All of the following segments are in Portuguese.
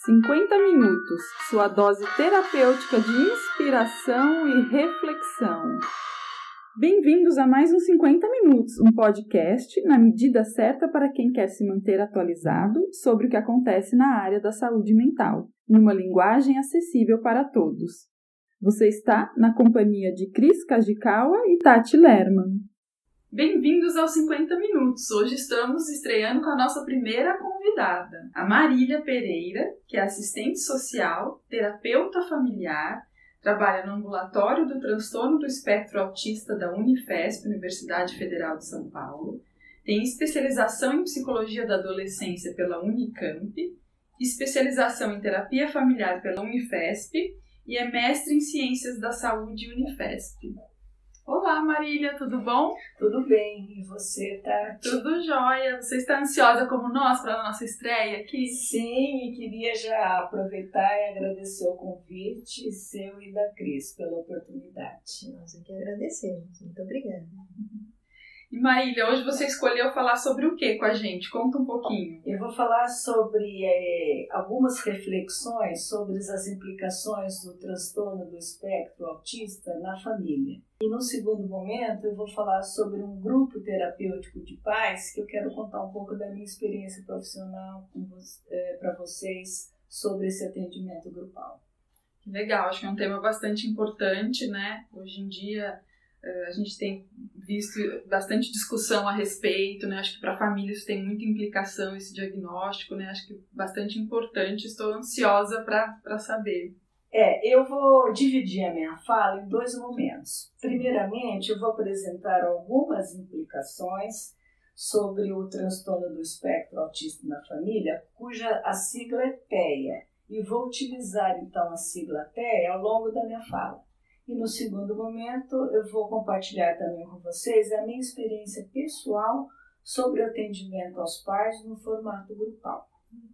50 minutos, sua dose terapêutica de inspiração e reflexão. Bem-vindos a mais um 50 Minutos, um podcast na medida certa para quem quer se manter atualizado sobre o que acontece na área da saúde mental, numa linguagem acessível para todos. Você está na companhia de Cris Kajikawa e Tati Lerman. Bem-vindos aos 50 Minutos. Hoje estamos estreando com a nossa primeira convidada, a Marília Pereira, que é assistente social, terapeuta familiar, trabalha no ambulatório do transtorno do espectro autista da Unifesp, Universidade Federal de São Paulo, tem especialização em psicologia da adolescência pela Unicamp, especialização em terapia familiar pela Unifesp e é mestre em ciências da saúde Unifesp. Olá, Marília, tudo bom? Tudo bem, e você, Tati? Tudo jóia. Você está ansiosa como nós para a nossa estreia aqui? Sim, e queria já aproveitar e agradecer o convite seu e da Cris pela oportunidade. Nós aqui agradecemos, muito obrigada. E Marília, hoje você escolheu falar sobre o que com a gente? Conta um pouquinho. Eu vou falar sobre algumas reflexões sobre as implicações do transtorno do espectro autista na família. E no segundo momento eu vou falar sobre um grupo terapêutico de pais que eu quero contar um pouco da minha experiência profissional para vocês sobre esse atendimento grupal. Legal, acho que é um tema bastante importante, né? Hoje em dia a gente tem visto bastante discussão a respeito, né? Acho que para a família isso tem muita implicação, esse diagnóstico, né? Acho que bastante importante, estou ansiosa para saber. Eu vou dividir a minha fala em dois momentos. Primeiramente, eu vou apresentar algumas implicações sobre o transtorno do espectro autista na família, cuja a sigla é TEA, e vou utilizar então a sigla TEA ao longo da minha fala. E no segundo momento, eu vou compartilhar também com vocês a minha experiência pessoal sobre o atendimento aos pais no formato grupal.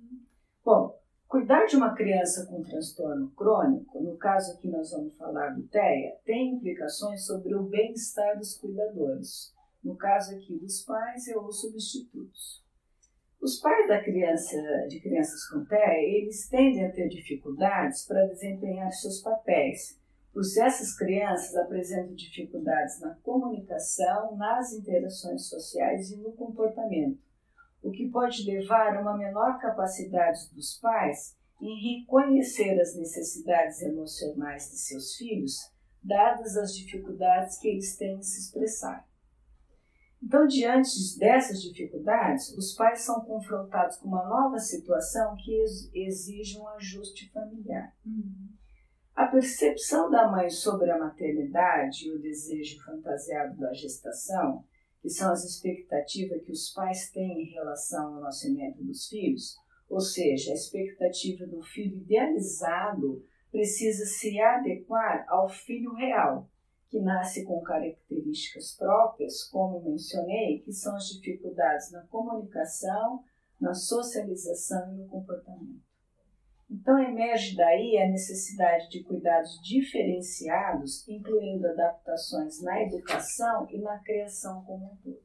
Bom, cuidar de uma criança com transtorno crônico, no caso aqui nós vamos falar do TEA, tem implicações sobre o bem-estar dos cuidadores. No caso aqui dos pais ou os substitutos. Os pais de crianças com TEA, eles tendem a ter dificuldades para desempenhar seus papéis, pois essas crianças apresentam dificuldades na comunicação, nas interações sociais e no comportamento, o que pode levar a uma menor capacidade dos pais em reconhecer as necessidades emocionais de seus filhos, dadas as dificuldades que eles têm em se expressar. Então, diante dessas dificuldades, os pais são confrontados com uma nova situação que exige um ajuste familiar. A percepção da mãe sobre a maternidade e o desejo fantasiado da gestação, que são as expectativas que os pais têm em relação ao nascimento dos filhos, ou seja, a expectativa do filho idealizado precisa se adequar ao filho real, que nasce com características próprias, como mencionei, que são as dificuldades na comunicação, na socialização e no comportamento. Então, emerge daí a necessidade de cuidados diferenciados, incluindo adaptações na educação e na criação como um todo.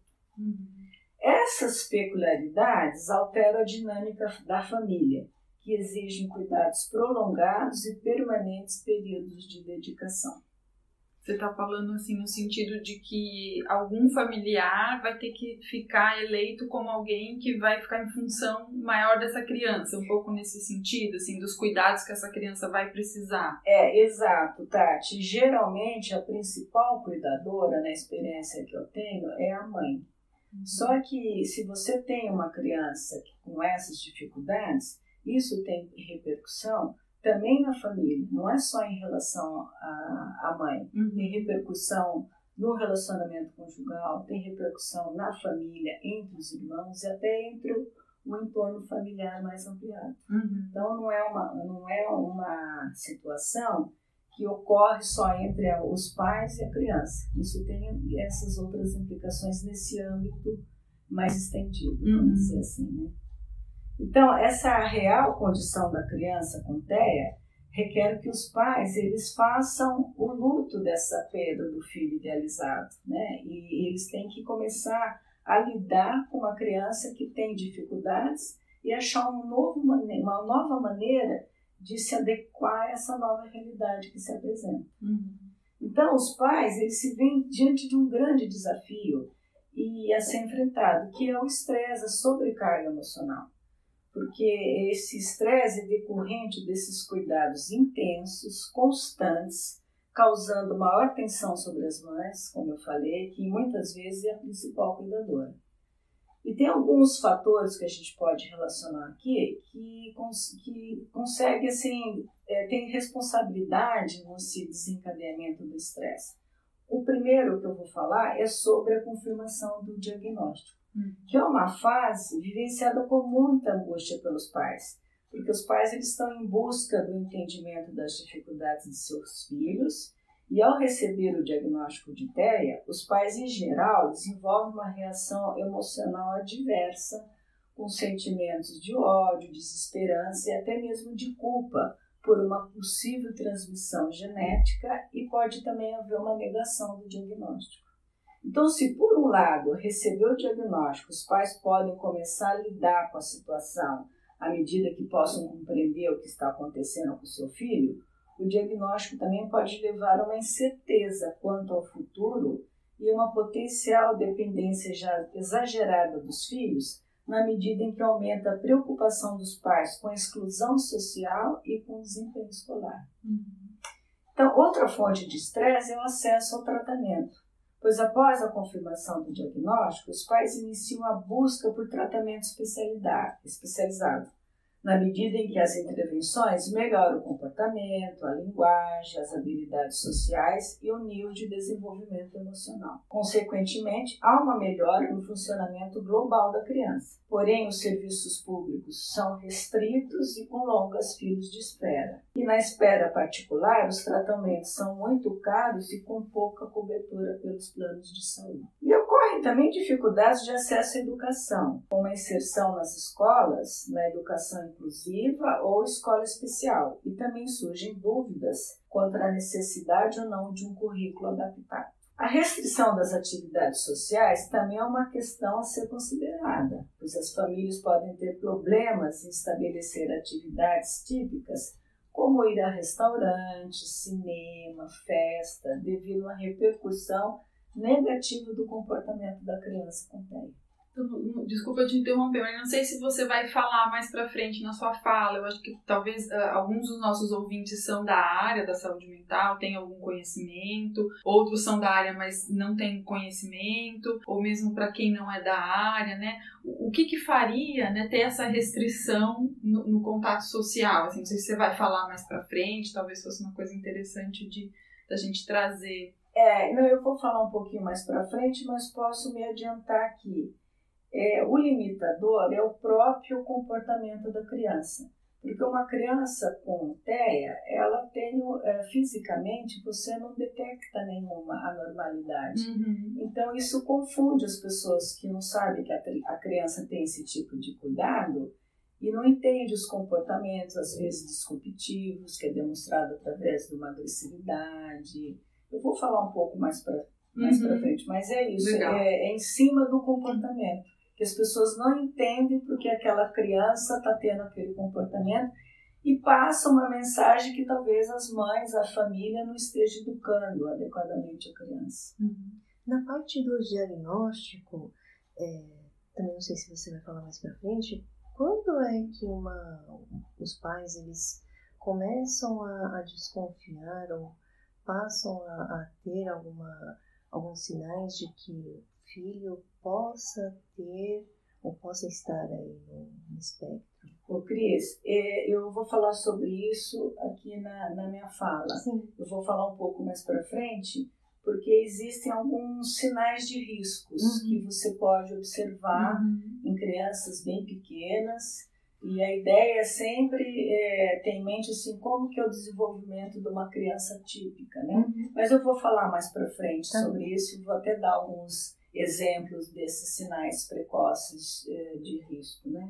Essas peculiaridades alteram a dinâmica da família, que exigem cuidados prolongados e permanentes períodos de dedicação. Você está falando assim no sentido de que algum familiar vai ter que ficar eleito como alguém que vai ficar em função maior dessa criança, um pouco nesse sentido, assim, dos cuidados que essa criança vai precisar. Exato, Tati. Geralmente a principal cuidadora, na experiência que eu tenho, é a mãe. Só que se você tem uma criança com essas dificuldades, isso tem repercussão também na família, não é só em relação à mãe. Tem repercussão no relacionamento conjugal, tem repercussão na família, entre os irmãos e até entre o entorno familiar mais ampliado. Então não é uma situação que ocorre só entre os pais e a criança. Isso tem essas outras implicações nesse âmbito mais estendido, vamos dizer assim, né? Então, essa real condição da criança com TEA requer que os pais eles façam o luto dessa perda do filho idealizado, né? E eles têm que começar a lidar com uma criança que tem dificuldades e achar uma nova maneira de se adequar a essa nova realidade que se apresenta. Então, os pais, eles se veem diante de um grande desafio e a ser enfrentado, que é o estresse, a sobrecarga emocional. Porque esse estresse é decorrente desses cuidados intensos, constantes, causando maior tensão sobre as mães, como eu falei, que muitas vezes é a principal cuidadora. E tem alguns fatores que a gente pode relacionar aqui que consegue, assim, tem responsabilidade no desencadeamento do estresse. O primeiro que eu vou falar é sobre a confirmação do diagnóstico, que é uma fase vivenciada com muita angústia pelos pais, porque os pais eles estão em busca do entendimento das dificuldades de seus filhos. E ao receber o diagnóstico de TEA, os pais, em geral, desenvolvem uma reação emocional adversa, com sentimentos de ódio, desesperança e até mesmo de culpa por uma possível transmissão genética, e pode também haver uma negação do diagnóstico. Então, se por um lado receber o diagnóstico, os pais podem começar a lidar com a situação à medida que possam compreender o que está acontecendo com o seu filho, o diagnóstico também pode levar a uma incerteza quanto ao futuro e uma potencial dependência já exagerada dos filhos, na medida em que aumenta a preocupação dos pais com a exclusão social e com o desempenho escolar. Então, outra fonte de estresse é o acesso ao tratamento, pois após a confirmação do diagnóstico, os pais iniciam a busca por tratamento especializado, na medida em que as intervenções melhoram o comportamento, a linguagem, as habilidades sociais e o nível de desenvolvimento emocional. Consequentemente, há uma melhora no funcionamento global da criança. Porém, os serviços públicos são restritos e com longas filas de espera. E na espera particular, os tratamentos são muito caros e com pouca cobertura pelos planos de saúde. E ocorrem também dificuldades de acesso à educação, como a inserção nas escolas, na educação inclusiva ou escola especial, e também surgem dúvidas quanto à necessidade ou não de um currículo adaptado. A restrição das atividades sociais também é uma questão a ser considerada, pois as famílias podem ter problemas em estabelecer atividades típicas, como ir a restaurantes, cinema, festa, devido à repercussão negativa do comportamento da criança com TEA. Desculpa te interromper, mas não sei se você vai falar mais pra frente na sua fala. Eu acho que talvez alguns dos nossos ouvintes são da área da saúde mental, têm algum conhecimento, outros são da área, mas não têm conhecimento, ou mesmo para quem não é da área, né? O que faria, né, ter essa restrição no contato social? Assim, não sei se você vai falar mais pra frente, talvez fosse uma coisa interessante da gente trazer. Eu vou falar um pouquinho mais pra frente, mas posso me adiantar aqui. O limitador é o próprio comportamento da criança, porque uma criança com TEA, ela tem, fisicamente, você não detecta nenhuma anormalidade. Então isso confunde as pessoas que não sabem que a criança tem esse tipo de cuidado e não entende os comportamentos, às vezes disruptivos, que é demonstrado através de uma agressividade. Eu vou falar um pouco mais para frente, mas é isso, é em cima do comportamento, que as pessoas não entendem porque aquela criança está tendo aquele comportamento e passa uma mensagem que talvez as mães, a família não esteja educando adequadamente a criança. Na parte do diagnóstico, também não sei se você vai falar mais para frente, quando é que os pais eles começam a desconfiar ou passam a ter alguns sinais de que o filho possa ter ou possa estar aí no espectro? Ô Cris, eu vou falar sobre isso aqui na minha fala. Sim. Eu vou falar um pouco mais para frente, porque existem alguns sinais de riscos que você pode observar em crianças bem pequenas. E a ideia é sempre ter em mente assim, como que é o desenvolvimento de uma criança típica, né? Mas eu vou falar mais para frente sobre isso e vou até dar alguns exemplos desses sinais precoces de risco, né?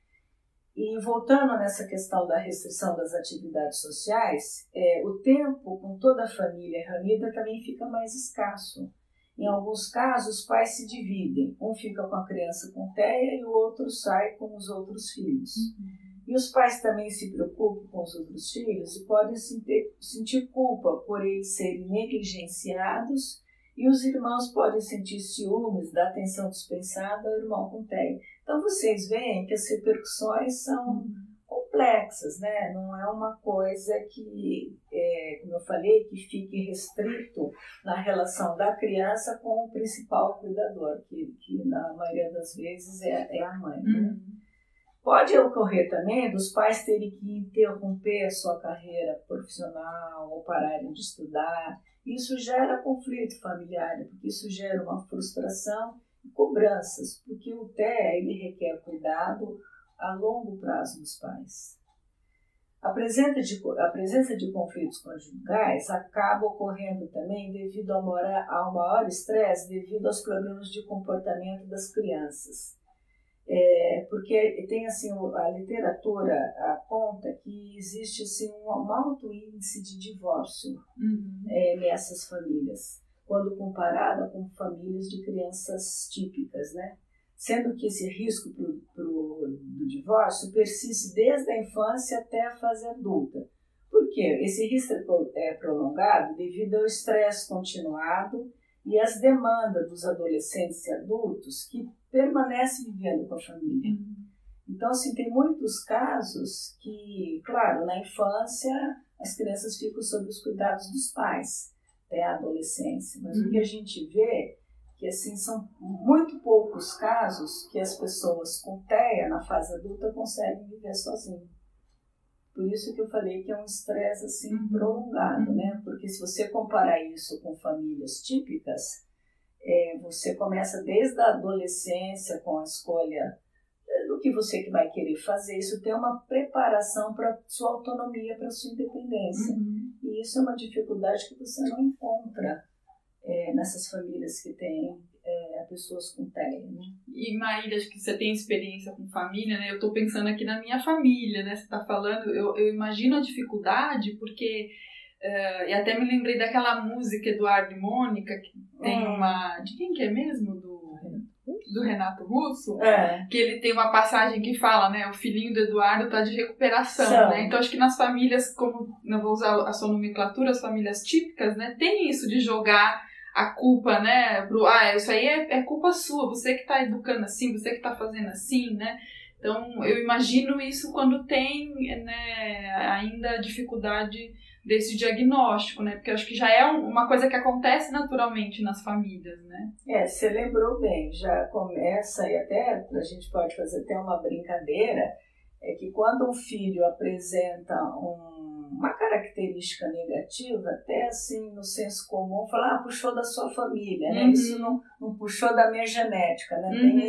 E voltando nessa questão da restrição das atividades sociais, o tempo com toda a família reunida também fica mais escasso. Em alguns casos, os pais se dividem. Um fica com a criança com TEA e o outro sai com os outros filhos. E os pais também se preocupam com os outros filhos e podem sentir culpa por eles serem negligenciados, e os irmãos podem sentir ciúmes da atenção dispensada ao irmão com TEA. Então, vocês veem que as repercussões são complexas, né? Não é uma coisa que, como eu falei, que fique restrito na relação da criança com o principal cuidador, que na maioria das vezes é a mãe, né? Pode ocorrer também dos pais terem que interromper a sua carreira profissional ou pararem de estudar. Isso gera conflito familiar, porque isso gera uma frustração e cobranças, porque o TEA ele requer cuidado a longo prazo dos pais. A presença de conflitos conjugais acaba ocorrendo também devido ao maior estresse, devido aos problemas de comportamento das crianças. Porque tem assim, a literatura aponta que existe assim, um alto índice de divórcio nessas famílias, quando comparada com famílias de crianças típicas, né? Sendo que esse risco do divórcio persiste desde a infância até a fase adulta. Por quê? Esse risco é prolongado devido ao estresse continuado e às demandas dos adolescentes e adultos que permanecem vivendo com a família. Então, assim, tem muitos casos que, claro, na infância as crianças ficam sob os cuidados dos pais até a adolescência, mas o que a gente vê que assim, são muito poucos casos que as pessoas com TEA na fase adulta conseguem viver sozinhas. Por isso que eu falei que é um estresse assim, prolongado, né? Porque se você comparar isso com famílias típicas, você começa desde a adolescência com a escolha do que você vai querer fazer. Isso tem uma preparação para sua autonomia, para sua independência. E isso é uma dificuldade que você não encontra nessas famílias que têm pessoas com TEA, né? E Maíra, acho que você tem experiência com família, né? Eu estou pensando aqui na minha família, né? Você está falando, eu imagino a dificuldade, porque e até me lembrei daquela música Eduardo e Mônica, que tem uma... De quem que é mesmo? Do Renato Russo, que ele tem uma passagem que fala, né, o filhinho do Eduardo está de recuperação, né? Então acho que nas famílias, como não vou usar a sua nomenclatura, as famílias típicas, né, tem isso de jogar a culpa, né, isso aí é culpa sua, você que está educando assim, você que está fazendo assim, né? Então eu imagino isso quando tem, né, ainda dificuldade desse diagnóstico, né? Porque eu acho que já é uma coisa que acontece naturalmente nas famílias, né? Você lembrou bem, já começa, e até a gente pode fazer até uma brincadeira, é que quando um filho apresenta uma característica negativa, até assim no senso comum, fala, puxou da sua família, né? Isso não puxou da minha genética, né? Tem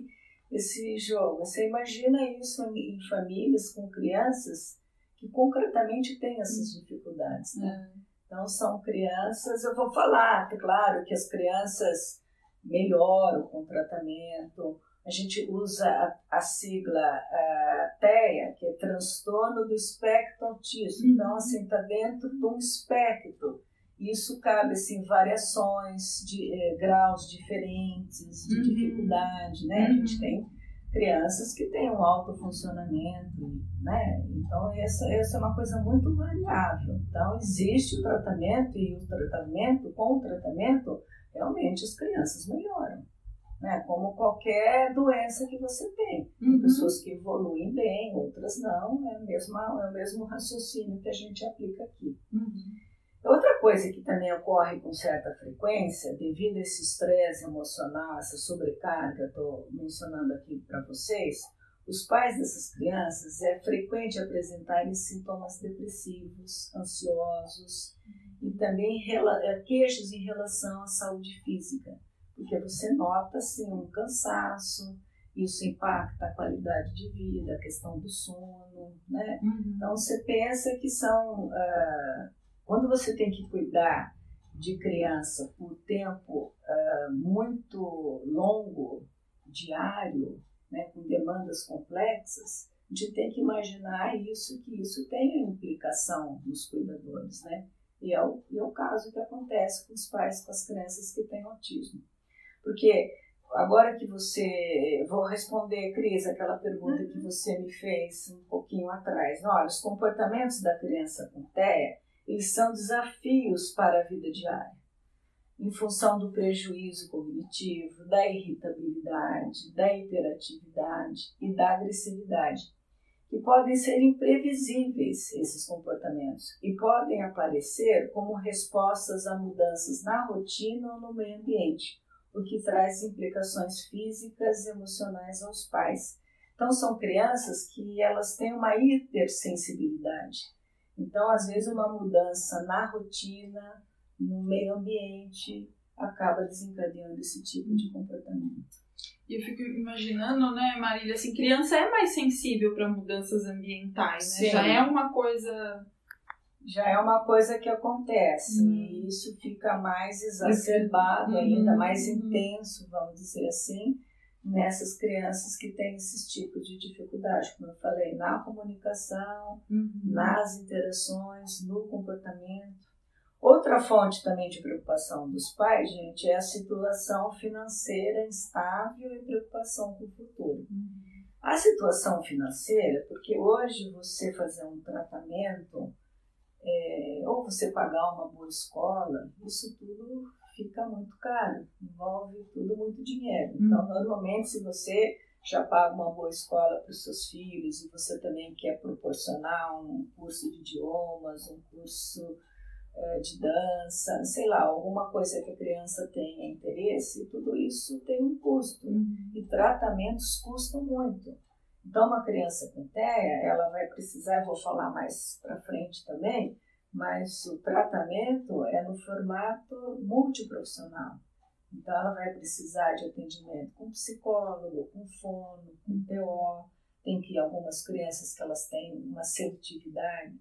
esse jogo. Você imagina isso em famílias com crianças que concretamente têm essas dificuldades, né? Então são crianças, eu vou falar, claro que as crianças melhoram com o tratamento, a gente usa a sigla TEA, que é transtorno do espectro autista, então assim, está dentro de um espectro, isso cabe assim, variações de graus diferentes de dificuldade, né? A gente tem crianças que têm um alto funcionamento, né? Então essa é uma coisa muito variável. Então existe o tratamento e com o tratamento realmente as crianças melhoram, né? Como qualquer doença que você tem. Tem pessoas que evoluem bem, outras não, é o mesmo raciocínio que a gente aplica aqui. Outra coisa que também ocorre com certa frequência, devido a esse estresse emocional, essa sobrecarga que eu estou mencionando aqui para vocês, os pais dessas crianças é frequente apresentarem sintomas depressivos, ansiosos e também queixas em relação à saúde física, porque você nota assim, um cansaço, isso impacta a qualidade de vida, a questão do sono, né? Então você pensa que são... Quando você tem que cuidar de criança por tempo muito longo, diário, né, com demandas complexas, a gente tem que imaginar que isso tem implicação nos cuidadores, né? E é o caso que acontece com os pais, com as crianças que têm autismo. Porque agora que vou responder, Cris, aquela pergunta que você me fez um pouquinho atrás. Olha, os comportamentos da criança com TEA, eles são desafios para a vida diária, em função do prejuízo cognitivo, da irritabilidade, da hiperatividade e da agressividade, que podem ser imprevisíveis, esses comportamentos, e podem aparecer como respostas a mudanças na rotina ou no meio ambiente, o que traz implicações físicas e emocionais aos pais. Então, são crianças que elas têm uma hipersensibilidade. Então, às vezes, uma mudança na rotina, no meio ambiente, acaba desencadeando esse tipo de comportamento. E eu fico imaginando, né, Marília, assim, criança é mais sensível para mudanças ambientais, né? Sim. Já é uma coisa... Já é uma coisa que acontece, e isso fica mais exacerbado, ainda mais intenso, vamos dizer assim, nessas crianças que têm esses tipos de dificuldade, como eu falei, na comunicação, nas interações, no comportamento. Outra fonte também de preocupação dos pais, gente, é a situação financeira instável e preocupação com o futuro. A situação financeira, porque hoje você fazer um tratamento, ou você pagar uma boa escola, isso tudo fica muito caro, envolve tudo muito dinheiro. Então, normalmente, se você já paga uma boa escola para os seus filhos e você também quer proporcionar um curso de idiomas, um curso de dança, sei lá, alguma coisa que a criança tenha interesse, tudo isso tem um custo. E tratamentos custam muito. Então, uma criança com TEA, ela vai precisar, eu vou falar mais para frente também, mas o tratamento é no formato multiprofissional. Então, ela vai precisar de atendimento com psicólogo, com fono, com TO. Tem que algumas crianças que elas têm uma seletividade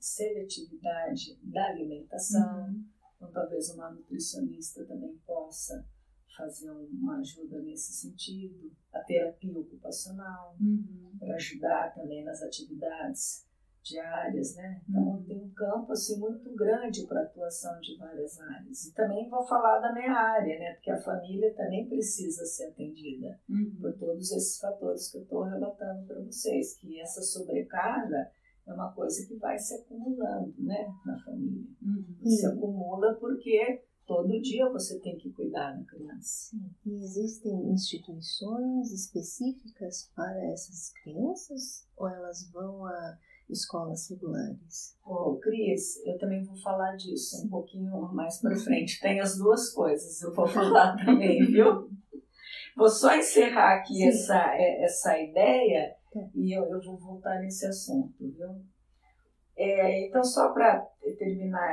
da alimentação. Então, talvez uma nutricionista também possa fazer uma ajuda nesse sentido. A terapia ocupacional, para ajudar também nas atividades diárias, né? Então, tem um campo assim, muito grande para atuação de várias áreas. E também vou falar da minha área, né? Porque a família também precisa ser atendida por todos esses fatores que eu estou relatando para vocês, que essa sobrecarga é uma coisa que vai se acumulando, né, na família. Se acumula porque todo dia você tem que cuidar da criança. Sim. E existem instituições específicas para essas crianças? Ou elas vão a escolas regulares? Cris, eu também vou falar disso um pouquinho mais para frente. Tem as duas coisas, eu vou falar também, viu? Vou só encerrar aqui essa ideia e eu vou voltar nesse assunto, viu? Então, só para terminar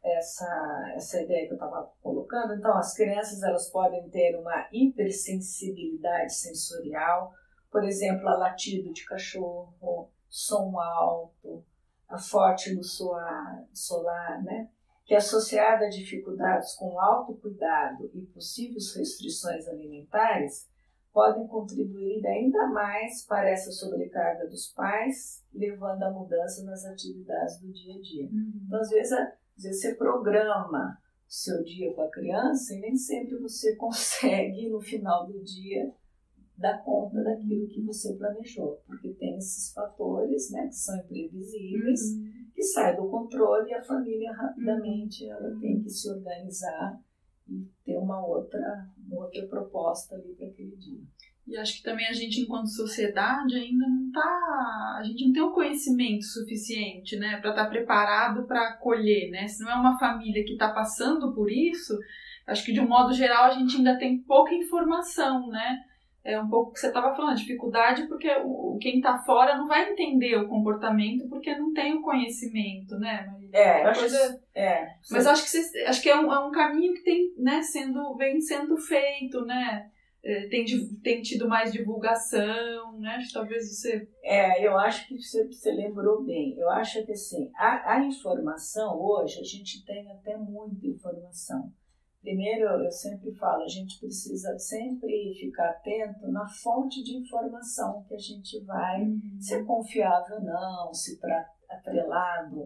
essa ideia que eu estava colocando, então, as crianças elas podem ter uma hipersensibilidade sensorial, por exemplo, a latido de cachorro, som alto, a forte luz solar, né? Que associada a dificuldades com autocuidado e possíveis restrições alimentares, podem contribuir ainda mais para essa sobrecarga dos pais, levando a mudança nas atividades do dia a dia. Então, às vezes você programa o seu dia com a criança e nem sempre você consegue, no final do dia, dar conta daquilo que você planejou, porque tem esses fatores, né, que são imprevisíveis, que saem do controle e a família rapidamente ela tem que se organizar e ter uma outra proposta ali para aquele dia. E acho que também a gente, enquanto sociedade, ainda a gente não tem o conhecimento suficiente, né, para estar preparado para acolher, né? Se não é uma família que está passando por isso, acho que de um modo geral a gente ainda tem pouca informação, né? É um pouco o que você estava falando, dificuldade, porque quem está fora não vai entender o comportamento porque não tem o conhecimento, né, Marília? Mas acho que é um caminho que tem, né, vem sendo feito, né? Tem tido mais divulgação, né? Acho que talvez você... eu acho que você lembrou bem. Eu acho que assim, a informação hoje, a gente tem até muita informação. Primeiro, eu sempre falo, a gente precisa sempre ficar atento na fonte de informação que a gente vai, se é confiável ou não, se está atrelado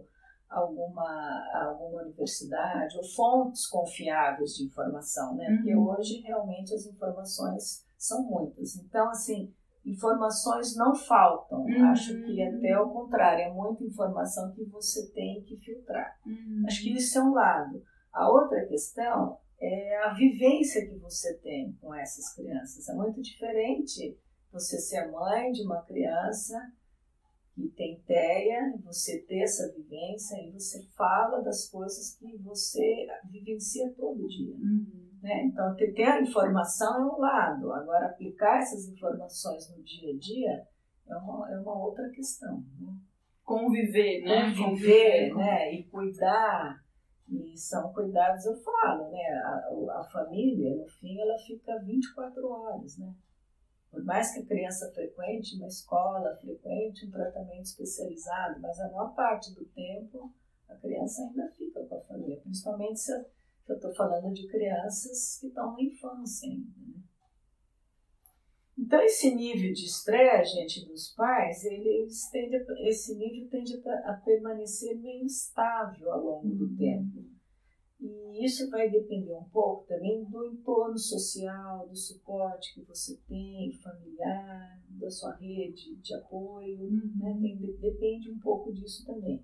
alguma universidade ou fontes confiáveis de informação, né? Porque hoje realmente as informações são muitas. Então, assim, informações não faltam. Acho que até o contrário, é muita informação que você tem que filtrar. Acho que isso é um lado. A outra questão é a vivência que você tem com essas crianças. É muito diferente você ser mãe de uma criança que tem TEA, você ter essa vivência e você fala das coisas que você vivencia todo dia. Né? Então, ter a informação é um lado. Agora, aplicar essas informações no dia a dia é uma outra questão. Né? Conviver, né? Conviver, né? E cuidar. E são cuidados, eu falo, né? A família, no fim, ela fica 24 horas, né? Por mais que a criança frequente uma escola, frequente um tratamento especializado, mas a maior parte do tempo a criança ainda fica com a família, principalmente se eu estou falando de crianças que estão na infância ainda. Né? Então, esse nível de estresse, gente, dos pais, esse nível tende a permanecer meio estável ao longo do tempo. E isso vai depender um pouco também do entorno social, do suporte que você tem, familiar, da sua rede de apoio, né? Depende um pouco disso também.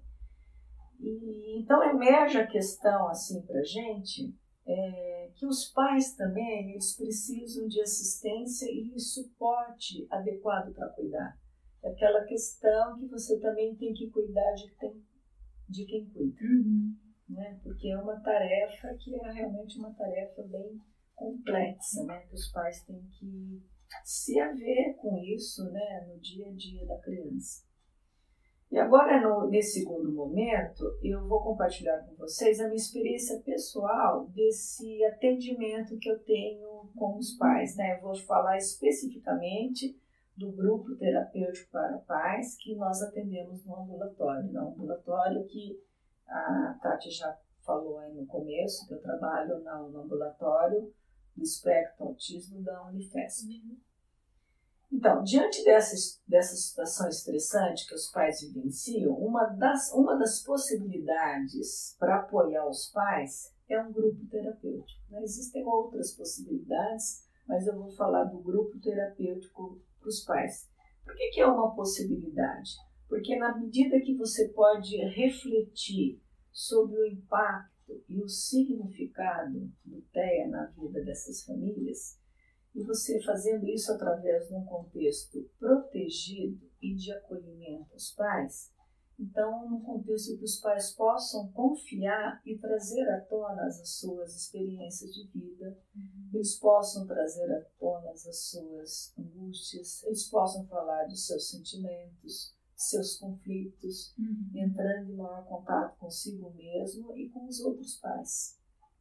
E, então emerge a questão assim para a gente, que os pais também eles precisam de assistência e suporte adequado para cuidar. É aquela questão que você também tem que cuidar de quem cuida. Né? Porque é uma tarefa que é realmente uma tarefa bem complexa, né? Que os pais têm que se haver com isso, né? No dia a dia da criança. E agora, nesse segundo momento, eu vou compartilhar com vocês a minha experiência pessoal desse atendimento que eu tenho com os pais. Né? Eu vou falar especificamente do grupo terapêutico para pais que nós atendemos no ambulatório. No ambulatório que a Tati já falou aí no começo, que eu trabalho no ambulatório do espectro autismo da Unifesp. Então, diante dessa situação estressante que os pais vivenciam, uma das possibilidades para apoiar os pais é um grupo terapêutico. Né? Existem outras possibilidades, mas eu vou falar do grupo terapêutico para os pais. Por que é uma possibilidade? Porque na medida que você pode refletir sobre o impacto e o significado do TEA na vida dessas famílias, e você fazendo isso através de um contexto protegido e de acolhimento aos pais, então, num contexto que os pais possam confiar e trazer à tona as suas experiências de vida, eles possam trazer à tona as suas angústias, eles possam falar dos seus sentimentos, seus conflitos, entrando em maior contato consigo mesmo e com os outros pais.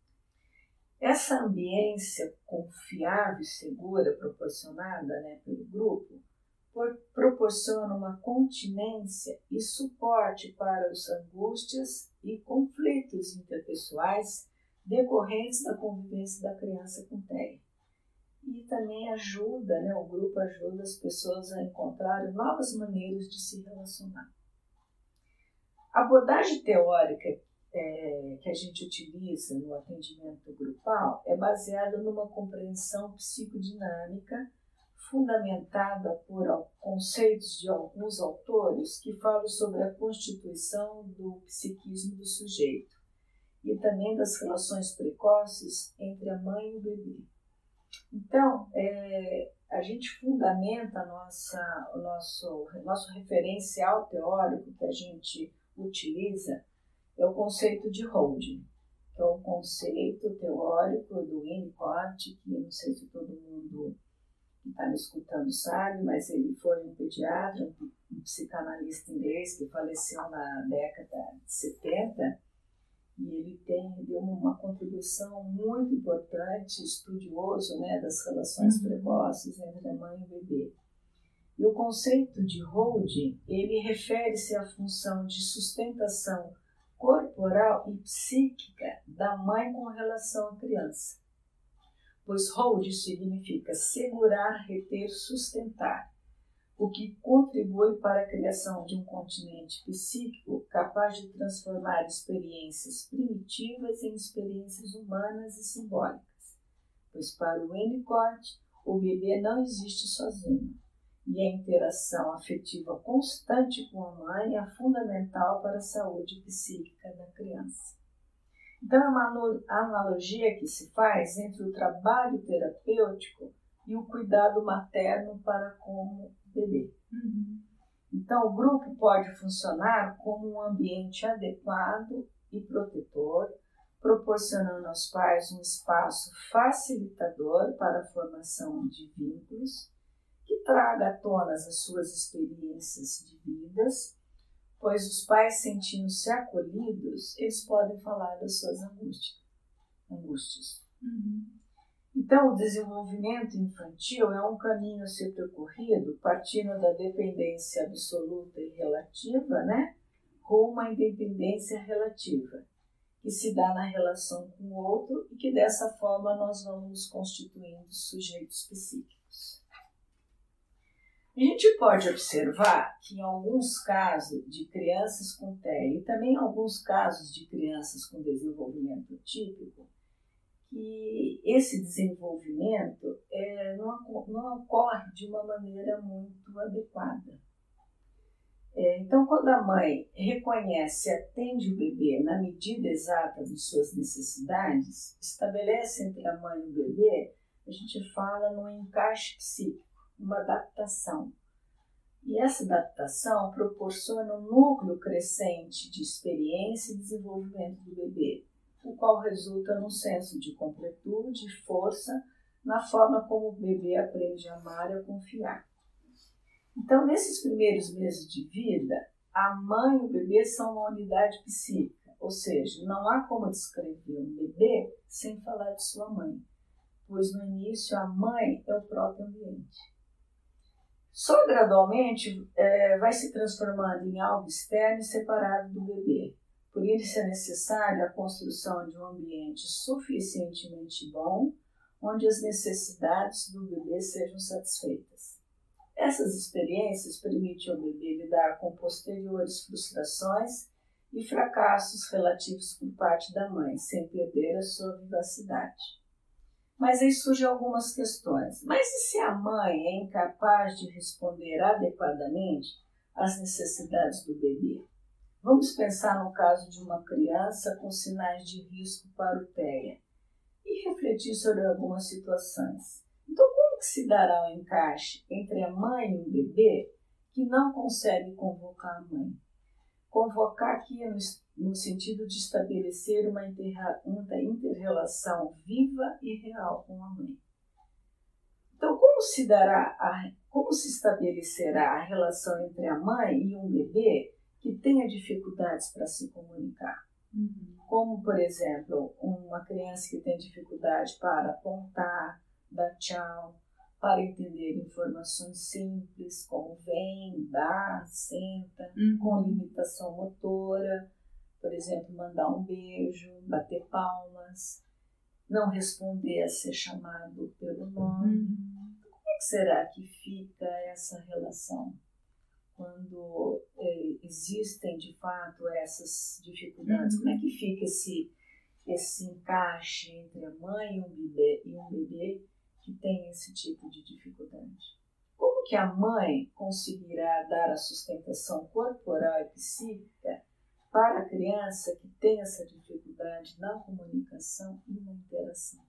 Essa ambiência confiável e segura proporcionada, né, pelo grupo proporciona uma continência e suporte para as angústias e conflitos interpessoais decorrentes da convivência da criança com TEA. E também ajuda, né, o grupo ajuda as pessoas a encontrarem novas maneiras de se relacionar. A abordagem teórica que a gente utiliza no atendimento grupal é baseada numa compreensão psicodinâmica fundamentada por conceitos de alguns autores que falam sobre a constituição do psiquismo do sujeito e também das relações precoces entre a mãe e o bebê. Então, a gente fundamenta o nosso referencial teórico que a gente utiliza é o conceito de Holding, que é um conceito teórico do Winnicott, que não sei se todo mundo que está me escutando sabe, mas ele foi um pediatra, um psicanalista inglês que faleceu na década de 70, e ele deu uma contribuição muito importante, estudioso, né, das relações precoces entre a mãe e o bebê. E o conceito de holding, ele refere-se à função de sustentação corporal e psíquica da mãe com relação à criança. Pois hold significa segurar, reter, sustentar. o que contribui para a criação de um continente psíquico capaz de transformar experiências primitivas em experiências humanas e simbólicas, pois para o Winnicott, o bebê não existe sozinho, e a interação afetiva constante com a mãe é fundamental para a saúde psíquica da criança. Então, é uma analogia que se faz entre o trabalho terapêutico e o cuidado materno para com o bebê. Então, o grupo pode funcionar como um ambiente adequado e protetor, proporcionando aos pais um espaço facilitador para a formação de vínculos, que traga à tona as suas experiências de vidas, pois os pais, sentindo-se acolhidos, eles podem falar das suas angústias. Então, o desenvolvimento infantil é um caminho a ser percorrido partindo da dependência absoluta e relativa, rumo à independência relativa, que se dá na relação com o outro e que dessa forma nós vamos nos constituindo sujeitos psíquicos. A gente pode observar que em alguns casos de crianças com TEA e também em alguns casos de crianças com desenvolvimento atípico, que esse desenvolvimento não ocorre de uma maneira muito adequada. Então, quando a mãe reconhece e atende o bebê na medida exata de suas necessidades, estabelece entre a mãe e o bebê, a gente fala no encaixe psíquico, uma adaptação. E essa adaptação proporciona um núcleo crescente de experiência e desenvolvimento do bebê, o qual resulta num senso de completude e força na forma como o bebê aprende a amar e a confiar. Então, nesses primeiros meses de vida, a mãe e o bebê são uma unidade psíquica, ou seja, não há como descrever um bebê sem falar de sua mãe, pois no início a mãe é o próprio ambiente. Só gradualmente vai se transformando em algo externo e separado do bebê. Por isso é necessária a construção de um ambiente suficientemente bom, onde as necessidades do bebê sejam satisfeitas. Essas experiências permitem ao bebê lidar com posteriores frustrações e fracassos relativos por parte da mãe, sem perder a sua vivacidade. Mas aí surgem algumas questões. Mas e se a mãe é incapaz de responder adequadamente às necessidades do bebê? Vamos pensar no caso de uma criança com sinais de risco para o TEA e refletir sobre algumas situações. Então, como que se dará o encaixe entre a mãe e o bebê que não consegue convocar a mãe? Convocar aqui no sentido de estabelecer uma inter-relação viva e real com a mãe. Então, como se estabelecerá a relação entre a mãe e um bebê que tenha dificuldades para se comunicar? Como, por exemplo, uma criança que tem dificuldade para apontar, dar tchau, para entender informações simples, como vem, dá, senta, com limitação motora, por exemplo, mandar um beijo, bater palmas, não responder a ser chamado pelo nome. Como é que será que fica essa relação? Quando existem, de fato, essas dificuldades, como é que fica esse encaixe entre a mãe e um bebê que tem esse tipo de dificuldade? Como que a mãe conseguirá dar a sustentação corporal e psíquica para a criança que tem essa dificuldade na comunicação e na interação?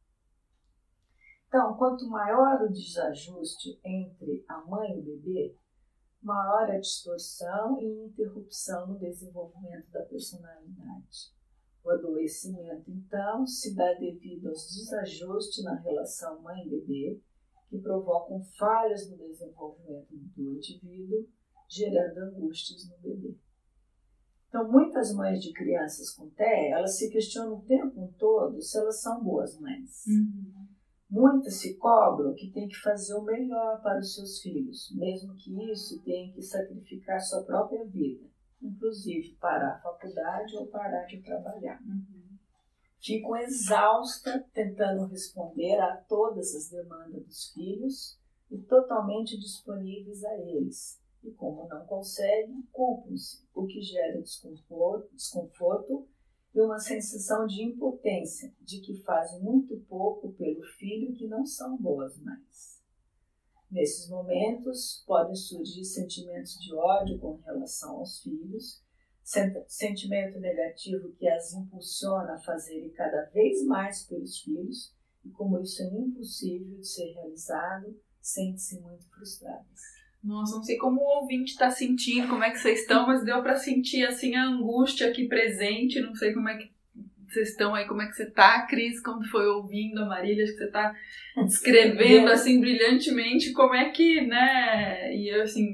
Então, quanto maior o desajuste entre a mãe e o bebê, maior a distorção e interrupção no desenvolvimento da personalidade. O adoecimento, então, se dá devido aos desajustes na relação mãe-bebê, que provocam falhas no desenvolvimento do indivíduo, gerando angústias no bebê. Então, muitas mães de crianças com TEA, elas se questionam o tempo todo se elas são boas mães. Muitas se cobram que têm que fazer o melhor para os seus filhos, mesmo que isso tenha que sacrificar sua própria vida, inclusive parar a faculdade ou parar de trabalhar. Ficam exaustas tentando responder a todas as demandas dos filhos, e totalmente disponíveis a eles. E como não conseguem, culpam-se, o que gera desconforto e uma sensação de impotência, de que fazem muito pouco pelo filho, que não são boas mães. Nesses momentos, podem surgir sentimentos de ódio com relação aos filhos, sentimento negativo que as impulsiona a fazerem cada vez mais pelos filhos, e como isso é impossível de ser realizado, sente-se muito frustradas. Nossa, não sei como o ouvinte está sentindo, como é que vocês estão, mas deu para sentir assim a angústia aqui presente. Não sei como é que vocês estão aí, como é que você está, Cris, como foi ouvindo a Marília, acho que você está descrevendo assim brilhantemente como é que, né, e eu assim,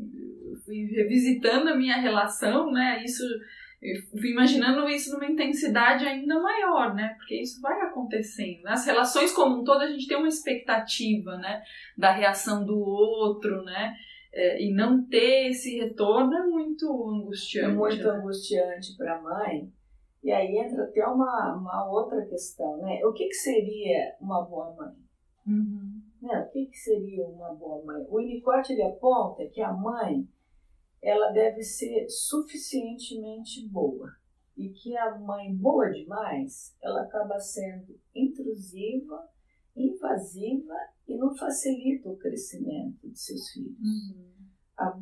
fui revisitando a minha relação, né, isso, eu fui imaginando isso numa intensidade ainda maior, né, porque isso vai acontecendo. Nas relações como um todo, a gente tem uma expectativa, né, da reação do outro, né, e não ter esse retorno é muito angustiante. É muito, né? Angustiante para a mãe. E aí entra até uma outra questão, né? O que seria uma boa mãe? Uhum. Né? O que seria uma boa mãe? O Winnicott, ele aponta que a mãe, ela deve ser suficientemente boa. E que a mãe boa demais, ela acaba sendo intrusiva, invasiva e não facilita o crescimento de seus filhos. Uhum. A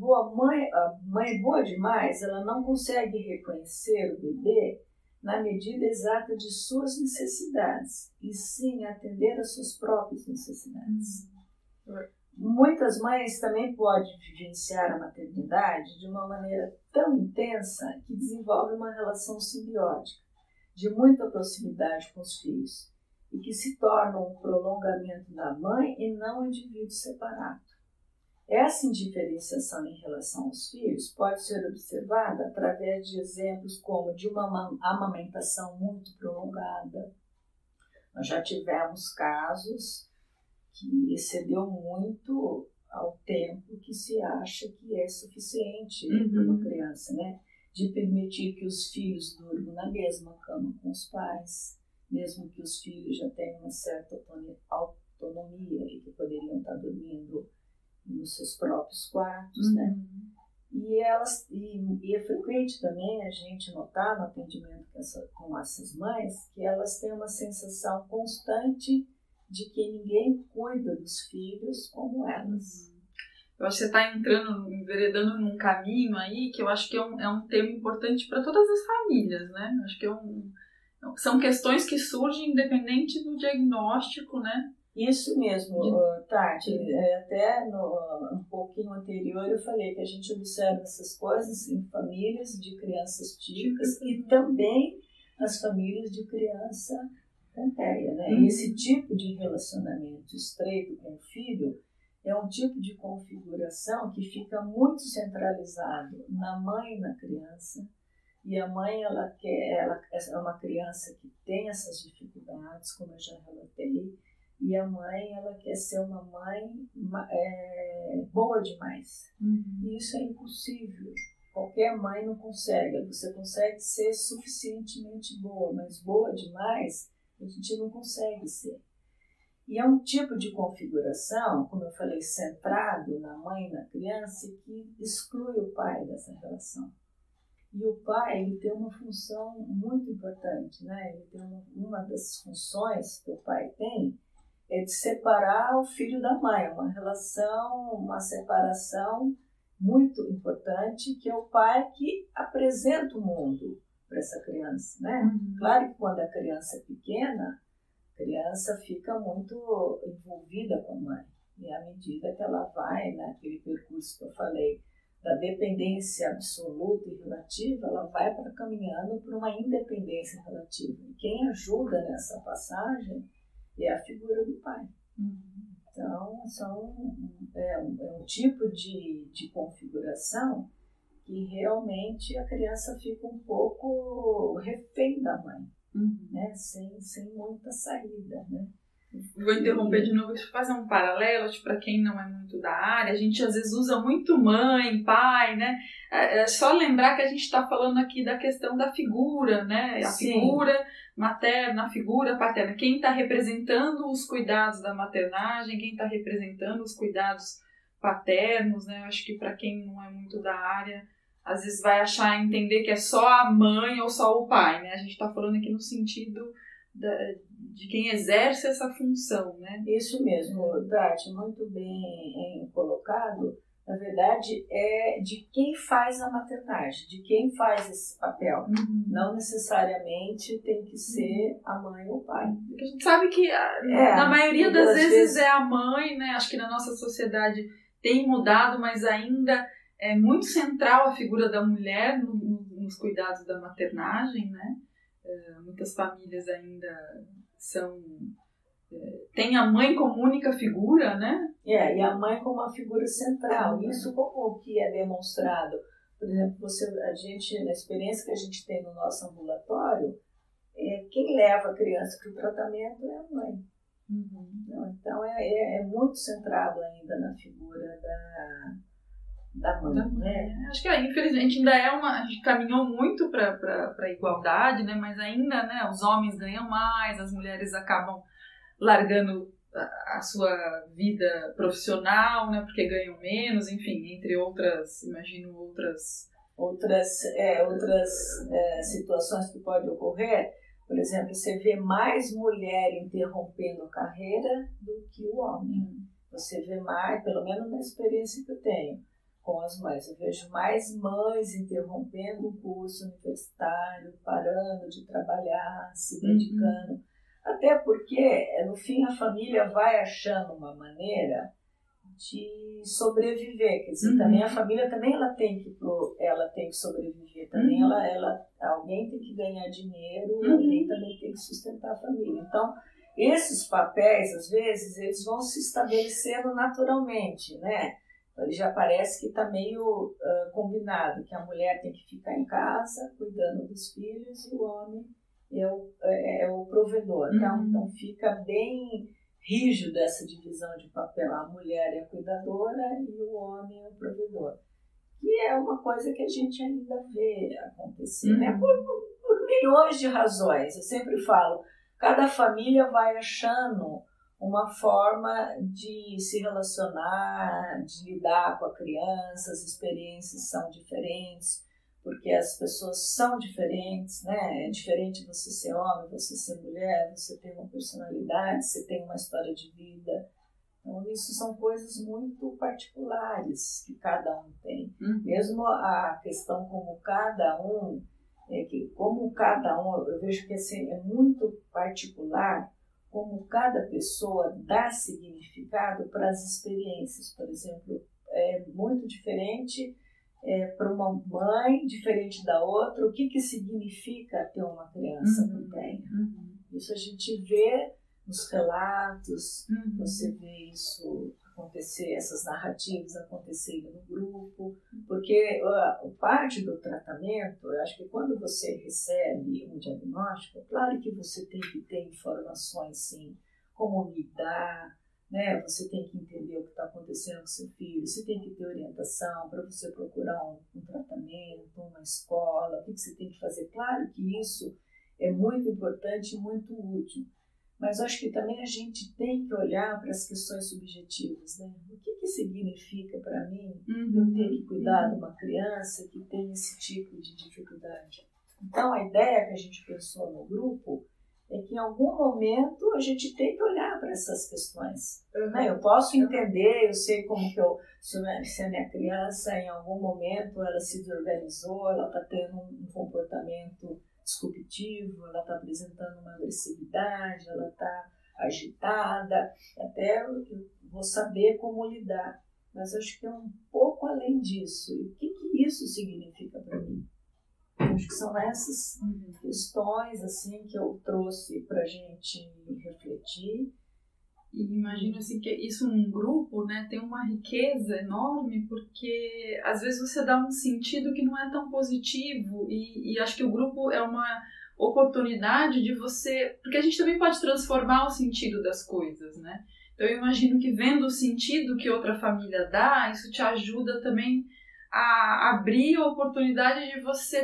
mãe boa demais, ela não consegue reconhecer o bebê na medida exata de suas necessidades, e sim atender às suas próprias necessidades. Muitas mães também podem vivenciar a maternidade de uma maneira tão intensa que desenvolvem uma relação simbiótica, de muita proximidade com os filhos, e que se tornam um prolongamento da mãe e não um indivíduo separado. Essa indiferenciação em relação aos filhos pode ser observada através de exemplos como de uma amamentação muito prolongada. Nós já tivemos casos que excedeu muito ao tempo que se acha que é suficiente para uma criança, né? De permitir que os filhos durmam na mesma cama com os pais, mesmo que os filhos já tenham uma certa autonomia e que poderiam estar dormindo nos seus próprios quartos, né? E é frequente também a gente notar no atendimento com essas mães que elas têm uma sensação constante de que ninguém cuida dos filhos como elas. Eu acho que você está enveredando num caminho aí que eu acho que é um tema importante para todas as famílias, né? Eu acho que são questões que surgem independente do diagnóstico, né? Isso mesmo, Tati. Até um pouquinho anterior eu falei que a gente observa essas coisas em famílias de crianças típicas e também nas famílias de criança com TEA, né? E esse tipo de relacionamento estreito com o filho é um tipo de configuração que fica muito centralizado na mãe e na criança. E a mãe, ela é uma criança que tem essas dificuldades, como eu já relatei. E a mãe, ela quer ser uma mãe boa demais. E isso é impossível. Qualquer mãe não consegue. Você consegue ser suficientemente boa, mas boa demais a gente não consegue ser. E é um tipo de configuração, como eu falei, centrado na mãe e na criança, que exclui o pai dessa relação. E o pai, ele tem uma função muito importante, né? Ele tem uma das funções que o pai tem é de separar o filho da mãe, uma separação muito importante, que é o pai que apresenta o mundo para essa criança, né? Claro que quando a criança é pequena, a criança fica muito envolvida com a mãe, e à medida que ela vai naquele percurso que eu falei, da dependência absoluta e relativa, ela vai caminhando para uma independência relativa. E quem ajuda nessa passagem é a figura do pai. Então, é um tipo de configuração que realmente a criança fica um pouco refém da mãe, né? Sem muita saída, né? Vou interromper de novo, deixa eu fazer um paralelo, para quem não é muito da área. A gente às vezes usa muito mãe, pai, né? É só lembrar que a gente está falando aqui da questão da figura, né? A figura materna, a figura paterna, quem está representando os cuidados da maternagem, quem está representando os cuidados paternos, né? Eu acho que para quem não é muito da área, às vezes vai entender que é só a mãe ou só o pai, né? A gente está falando aqui no sentido de quem exerce essa função, né? Isso mesmo, Tati, muito bem colocado. Na verdade, é de quem faz a maternagem, de quem faz esse papel. Não necessariamente tem que ser a mãe ou o pai. Porque a gente sabe que na maioria das vezes é a mãe, né? Acho que na nossa sociedade tem mudado, mas ainda é muito central a figura da mulher nos cuidados da maternagem, né? Muitas famílias ainda tem a mãe como única figura, né? E a mãe como uma figura central. Isso como que é demonstrado. Por exemplo, a gente, na experiência que a gente tem no nosso ambulatório, quem leva a criança para o tratamento é a mãe. Então, é muito centrado ainda na figura da mãe, né? Acho que, infelizmente, ainda a gente caminhou muito para a igualdade, né? Mas ainda, né, os homens ganham mais, as mulheres acabam largando a sua vida profissional, né, porque ganham menos, enfim, entre outras, imagino outras situações que podem ocorrer. Por exemplo, você vê mais mulher interrompendo a carreira do que o homem. Você vê mais, pelo menos na experiência que eu tenho com as mães, eu vejo mais mães interrompendo o curso universitário, parando de trabalhar, se dedicando. Até porque, no fim, a família vai achando uma maneira de sobreviver. Quer dizer, também a família também ela tem que sobreviver. Também alguém tem que ganhar dinheiro, alguém também tem que sustentar a família. Então, esses papéis, às vezes, eles vão se estabelecendo naturalmente, né? Já parece que está meio combinado, que a mulher tem que ficar em casa, cuidando dos filhos, e o homem é o provedor. Então fica bem rígido essa divisão de papel. A mulher é a cuidadora e o homem é o provedor. E é uma coisa que a gente ainda vê acontecer, né? Por milhões de razões. Eu sempre falo, cada família vai achando uma forma de se relacionar, de lidar com a criança, as experiências são diferentes, porque as pessoas são diferentes, né? É diferente você ser homem, você ser mulher, você tem uma personalidade, você tem uma história de vida. Então, isso são coisas muito particulares que cada um tem. Mesmo a questão como cada um, eu vejo que assim, é muito particular como cada pessoa dá significado para as experiências. Por exemplo, é muito diferente para uma mãe, diferente da outra, o que significa ter uma criança com TEA. Isso a gente vê nos relatos, você vê isso acontecer, essas narrativas acontecerem no grupo, porque parte do tratamento, eu acho que quando você recebe um diagnóstico, claro que você tem que ter informações, sim, como lidar, né? Você tem que entender o que está acontecendo com seu filho, você tem que ter orientação para você procurar um tratamento, uma escola, o que você tem que fazer. Claro que isso é muito importante e muito útil, mas acho que também a gente tem que olhar para as questões subjetivas, né? O que significa para mim eu ter que cuidar de uma criança que tem esse tipo de dificuldade? Então, a ideia que a gente pensou no grupo é que em algum momento a gente tem que olhar para essas questões. Né? Eu posso entender, eu sei como que se a minha criança em algum momento ela se desorganizou, ela está tendo um comportamento disruptivo, ela está apresentando uma agressividade, ela está agitada, até eu vou saber como lidar. Mas acho que é um pouco além disso. E o que isso significa para mim? Acho que são essas questões assim, que eu trouxe para a gente refletir. E imagino assim, que isso num grupo, né, tem uma riqueza enorme, porque às vezes você dá um sentido que não é tão positivo, e acho que o grupo é uma oportunidade de você... Porque a gente também pode transformar o sentido das coisas, né? Então eu imagino que vendo o sentido que outra família dá, isso te ajuda também a abrir a oportunidade de você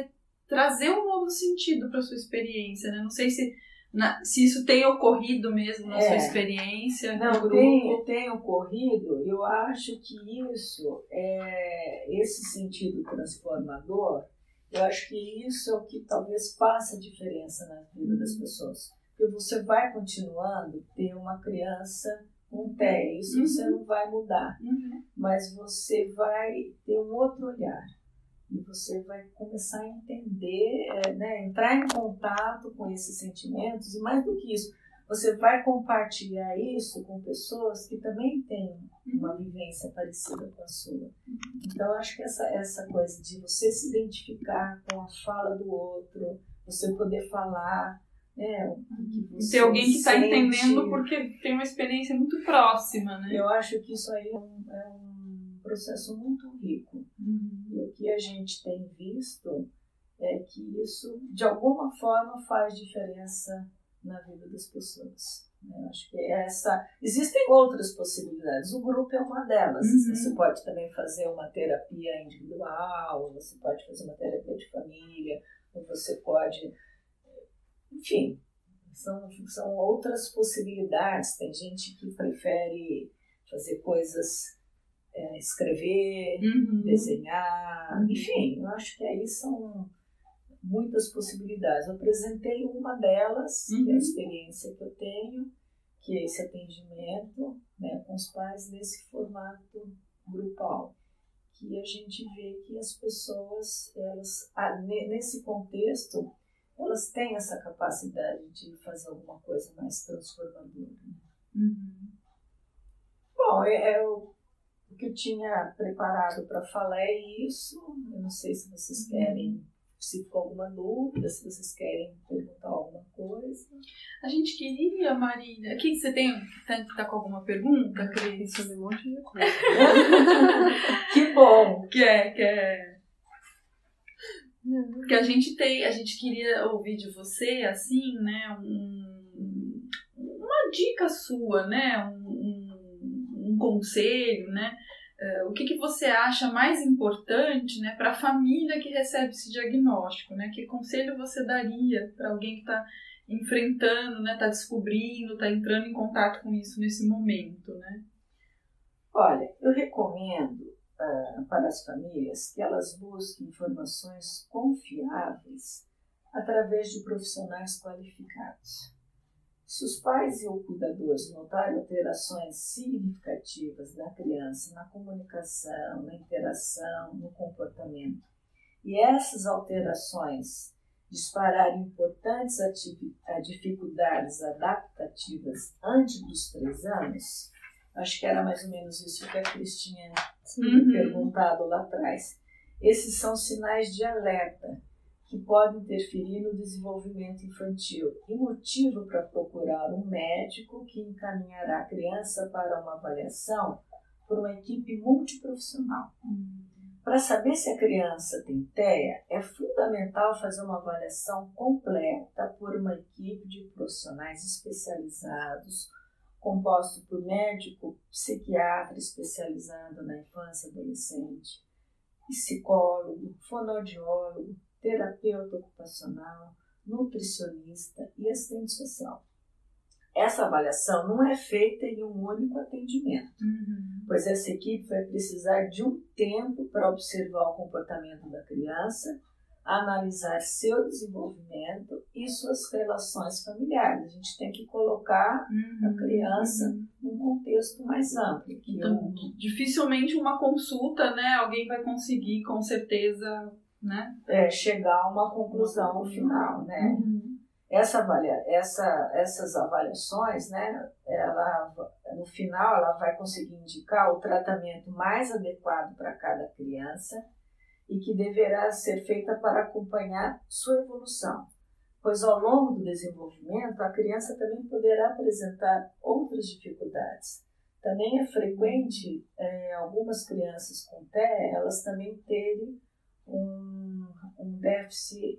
trazer um novo sentido para sua experiência, né? Não sei se isso tem ocorrido mesmo na sua experiência. Não, tem ocorrido. Eu acho que esse sentido transformador, eu acho que isso é o que talvez faça diferença na vida das pessoas. Porque você vai continuando a ter uma criança com TEA, isso você não vai mudar, mas você vai ter um outro olhar. E você vai começar a entender, entrar em contato com esses sentimentos, e mais do que isso, você vai compartilhar isso com pessoas que também têm uma vivência parecida com a sua. Então, eu acho que essa coisa de você se identificar com a fala do outro, você poder falar, o que você ter alguém que está sente, entendendo porque tem uma experiência muito próxima, né? Eu acho que isso aí é um processo muito rico. E o que a gente tem visto é que isso, de alguma forma, faz diferença na vida das pessoas. Eu acho que existem outras possibilidades. O grupo é uma delas. Você pode também fazer uma terapia individual, você pode fazer uma terapia de família, ou você pode... Enfim, são outras possibilidades. Tem gente que prefere fazer coisas... escrever, desenhar, enfim, eu acho que aí são muitas possibilidades. Eu apresentei uma delas, que é a experiência que eu tenho, que é esse atendimento, com os pais nesse formato grupal, que a gente vê que as pessoas, nesse contexto, elas têm essa capacidade de fazer alguma coisa mais transformadora. Bom, o que eu tinha preparado para falar é isso. Eu não sei se vocês querem, se ficou alguma dúvida, se vocês querem perguntar alguma coisa. A gente queria, Marina... Aqui você tá com alguma pergunta, Cris? Sobre um monte de coisa. Que bom! Que a gente queria ouvir de você, assim, né, uma dica sua, né, um conselho, né, o que você acha mais importante, né, para a família que recebe esse diagnóstico, né, que conselho você daria para alguém que está enfrentando, né, está descobrindo, está entrando em contato com isso nesse momento, né? Olha, eu recomendo para as famílias que elas busquem informações confiáveis através de profissionais qualificados. Se os pais e ou cuidadores notarem alterações significativas da criança na comunicação, na interação, no comportamento, e essas alterações dispararem importantes dificuldades adaptativas antes dos 3 anos, acho que era mais ou menos isso que a Cris tinha perguntado lá atrás. Esses são sinais de alerta que podem interferir no desenvolvimento infantil e motivo para procurar um médico que encaminhará a criança para uma avaliação por uma equipe multiprofissional. Para saber se a criança tem TEA, é fundamental fazer uma avaliação completa por uma equipe de profissionais especializados, composto por médico psiquiatra especializado na infância e adolescente, psicólogo, fonoaudiólogo, terapeuta ocupacional, nutricionista e assistente social. Essa avaliação não é feita em um único atendimento, pois essa equipe vai precisar de um tempo para observar o comportamento da criança, analisar seu desenvolvimento e suas relações familiares. A gente tem que colocar a criança num contexto mais amplo. Então, dificilmente uma consulta, né, alguém vai conseguir, com certeza, né, chegar a uma conclusão final, né? Essas avaliações, né, no final, ela vai conseguir indicar o tratamento mais adequado para cada criança e que deverá ser feita para acompanhar sua evolução, pois ao longo do desenvolvimento a criança também poderá apresentar outras dificuldades. Também é frequente algumas crianças com TEA, elas também terem um déficit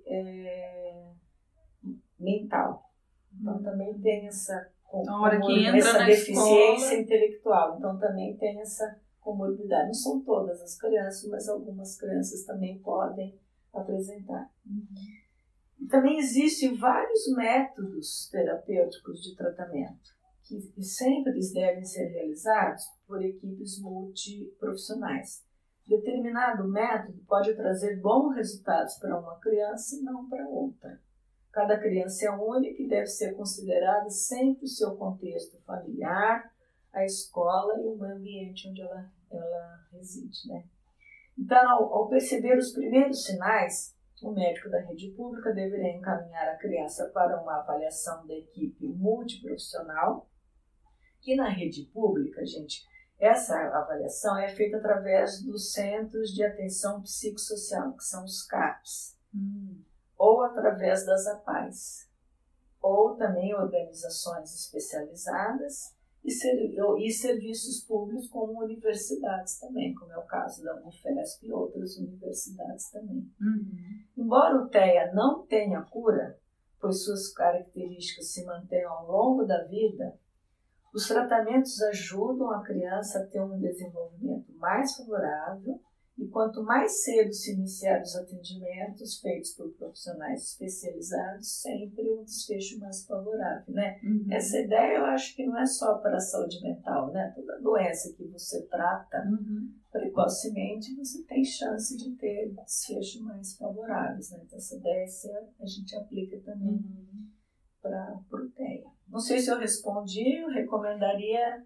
mental. Então também tem essa deficiência intelectual, então também tem essa comorbidade. Não são todas as crianças, mas algumas crianças também podem apresentar. Também existem vários métodos terapêuticos de tratamento, que sempre eles devem ser realizados por equipes multiprofissionais. Determinado método pode trazer bons resultados para uma criança e não para outra. Cada criança é única e deve ser considerada sempre o seu contexto familiar, a escola e o ambiente onde ela reside, né? Então, ao perceber os primeiros sinais, o médico da rede pública deveria encaminhar a criança para uma avaliação da equipe multiprofissional, que na rede pública, gente, essa avaliação é feita através dos Centros de Atenção Psicossocial, que são os CAPs, ou através das APAES, ou também organizações especializadas e serviços públicos como universidades também, como é o caso da Unifesp e outras universidades também. Embora o TEA não tenha cura, pois suas características se mantenham ao longo da vida, os tratamentos ajudam a criança a ter um desenvolvimento mais favorável e quanto mais cedo se iniciar os atendimentos feitos por profissionais especializados, sempre um desfecho mais favorável, né? Essa ideia eu acho que não é só para a saúde mental, né? Toda doença que você trata precocemente, você tem chance de ter desfechos mais favoráveis, né? Então essa ideia a gente aplica também para o TEA. Não sei se eu respondi, eu recomendaria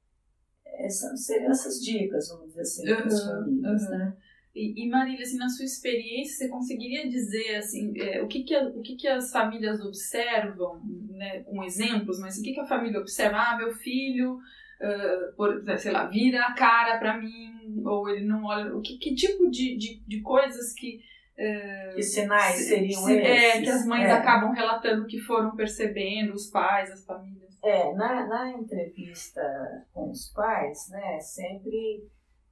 seriam essas dicas, vamos dizer assim, para as famílias, né? E Marília, assim, na sua experiência, você conseguiria dizer assim, o que as famílias observam, né, com exemplos, mas o que a família observa? Meu filho, sei lá, vira a cara para mim, ou ele não olha. Que tipo de coisas que sinais seriam esses? Que as mães acabam relatando que foram percebendo, os pais, as famílias. Na entrevista com os pais, né, sempre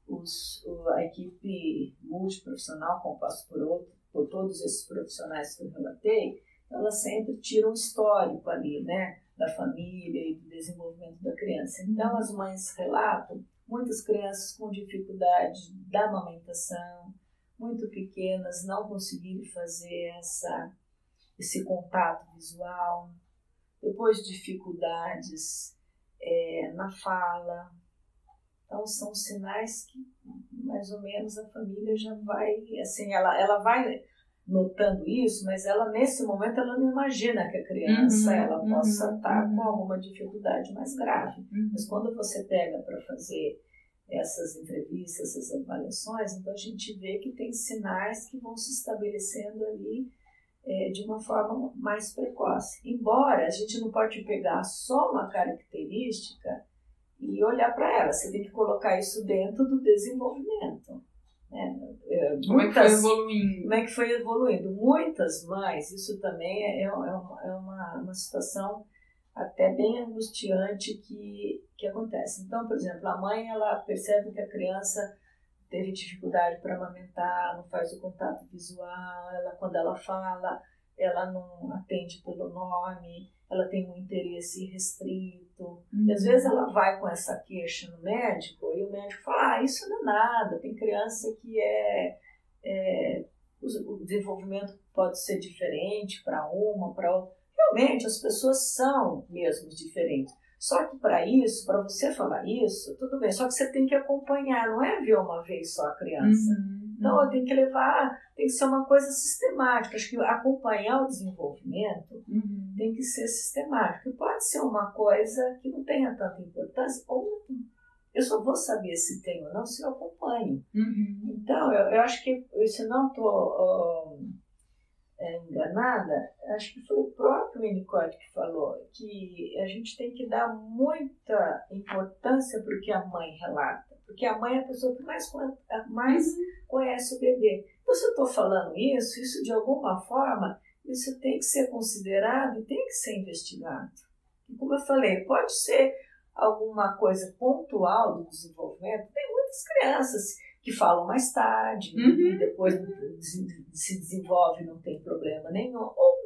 a equipe multiprofissional, composta por todos esses profissionais que eu relatei, elas sempre tiram um histórico ali, né, da família e do desenvolvimento da criança. Então, as mães relatam muitas crianças com dificuldade da amamentação, muito pequenas, não conseguirem fazer esse contato visual, depois dificuldades na fala. Então são sinais que mais ou menos a família já vai, assim, ela vai notando isso, mas ela nesse momento ela não imagina que a criança ela possa estar com alguma dificuldade mais grave. Mas quando você pega para fazer essas entrevistas, essas avaliações, então a gente vê que tem sinais que vão se estabelecendo ali de uma forma mais precoce. Embora a gente não pode pegar só uma característica e olhar para ela, você tem que colocar isso dentro do desenvolvimento. Né? Como é que foi evoluindo? Muitas mães, isso também é uma situação até bem angustiante que acontece. Então, por exemplo, a mãe ela percebe que a criança teve dificuldade para amamentar, não faz o contato visual, quando ela fala, ela não atende pelo nome, ela tem um interesse restrito. E às vezes ela vai com essa queixa no médico e o médico fala, isso não é nada, tem criança que o desenvolvimento pode ser diferente para uma, para outra. Realmente as pessoas são mesmo diferentes. Só que para você falar isso, tudo bem, só que você tem que acompanhar, não é ver uma vez só a criança. Então, tem que tem que ser uma coisa sistemática. Acho que acompanhar o desenvolvimento tem que ser sistemático. Pode ser uma coisa que não tenha tanta importância, ou eu só vou saber se tem ou não se eu acompanho. Então, eu acho que, se eu não estou enganada, acho que foi o próprio Winnicott que falou que a gente tem que dar muita importância para o que a mãe relata, porque a mãe é a pessoa que mais conhece o bebê. Então, se eu estou falando isso de alguma forma, isso tem que ser considerado e tem que ser investigado. E como eu falei, pode ser alguma coisa pontual do desenvolvimento. Tem muitas crianças que falam mais tarde e depois se desenvolve, não tem problema nenhum, ou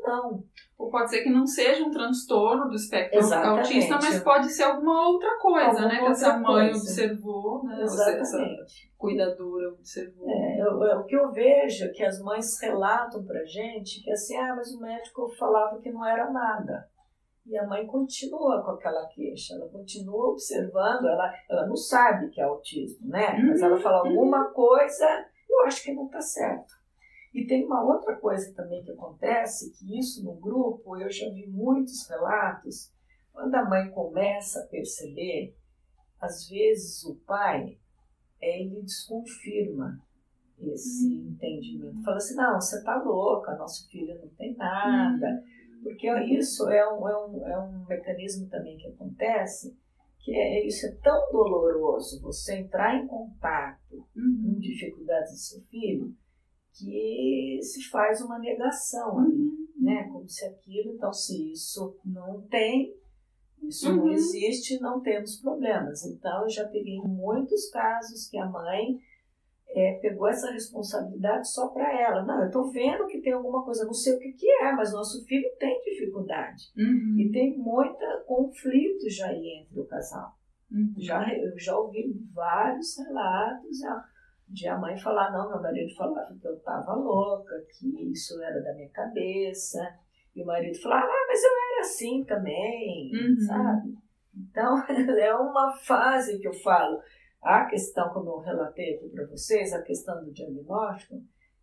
não. Ou pode ser que não seja um transtorno do espectro Exatamente. autista, mas pode ser alguma outra coisa, Alguma né? Que outra essa mãe coisa. observou, né? Exatamente. Essa cuidadora observou. O que eu vejo é que as mães relatam pra gente que assim, mas o médico falava que não era nada. E a mãe continua com aquela queixa, ela continua observando, ela não sabe que é autismo, né? Mas ela fala alguma coisa, eu acho que não está certo. E tem uma outra coisa também que acontece, que isso no grupo, eu já vi muitos relatos, quando a mãe começa a perceber, às vezes o pai, ele desconfirma esse entendimento. Fala assim, não, você está louca, nosso filho não tem nada. Porque isso é um mecanismo também que acontece, que isso é tão doloroso, você entrar em contato com dificuldades do seu filho, que se faz uma negação ali, né? Como se aquilo, então se isso não tem, isso não existe, não temos problemas. Então eu já peguei muitos casos que a mãe pegou essa responsabilidade só para ela. Não, eu estou vendo que tem alguma coisa, não sei o que é, mas nosso filho tem dificuldade. E tem muito conflito já aí entre o casal. Eu já ouvi vários relatos de a mãe falar, não, meu marido falava que eu estava louca, que isso era da minha cabeça. E o marido falava, mas eu era assim também, sabe? Então, é uma fase que eu falo. A questão, como eu relatei aqui para vocês, a questão do diagnóstico,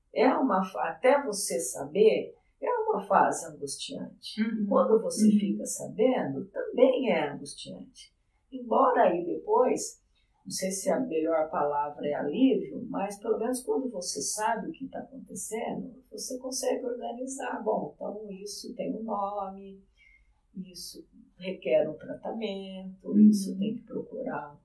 até você saber, é uma fase angustiante. Quando você fica sabendo, também é angustiante. Embora aí depois, não sei se a melhor palavra é alívio, mas pelo menos quando você sabe o que está acontecendo, você consegue organizar. Bom, então isso tem um nome, isso requer um tratamento, isso tem que procurar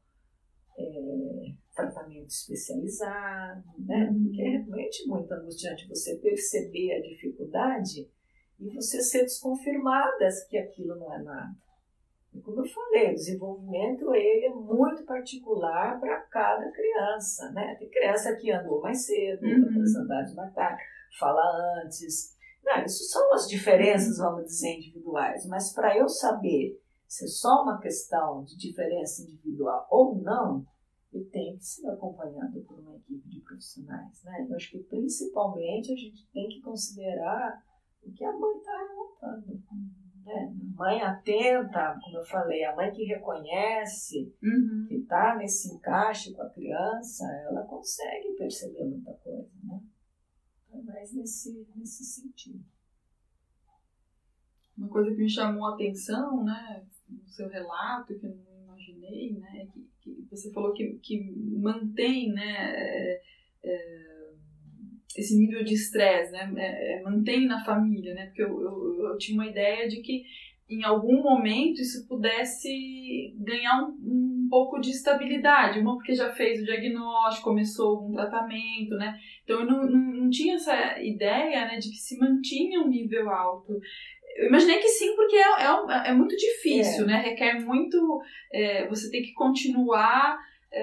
tratamento especializado, né? Porque é realmente muito angustiante você perceber a dificuldade e você ser desconfirmada que aquilo não é nada. E como eu falei, o desenvolvimento ele é muito particular para cada criança, né? Tem criança que andou mais cedo, outras andaram mais tarde, fala antes. Não, isso são as diferenças, vamos dizer, individuais, mas para eu saber se é só uma questão de diferença individual ou não, eu tenho que ser acompanhado por uma equipe de profissionais, né? Eu acho que principalmente a gente tem que considerar o que a mãe está relatando, né? A mãe atenta, como eu falei, a mãe que reconhece, que está nesse encaixe com a criança, ela consegue perceber muita coisa, né? É mais nesse sentido. Uma coisa que me chamou a atenção, né, no seu relato, que eu não imaginei, né, que você falou que mantém, né, esse nível de estresse, né, mantém na família, né, porque eu tinha uma ideia de que em algum momento isso pudesse ganhar um pouco de estabilidade, uma porque já fez o diagnóstico, começou algum tratamento, né, então eu não tinha essa ideia, né, de que se mantinha um nível alto. Eu imaginei que sim, porque é muito difícil, né? Requer muito... você tem que continuar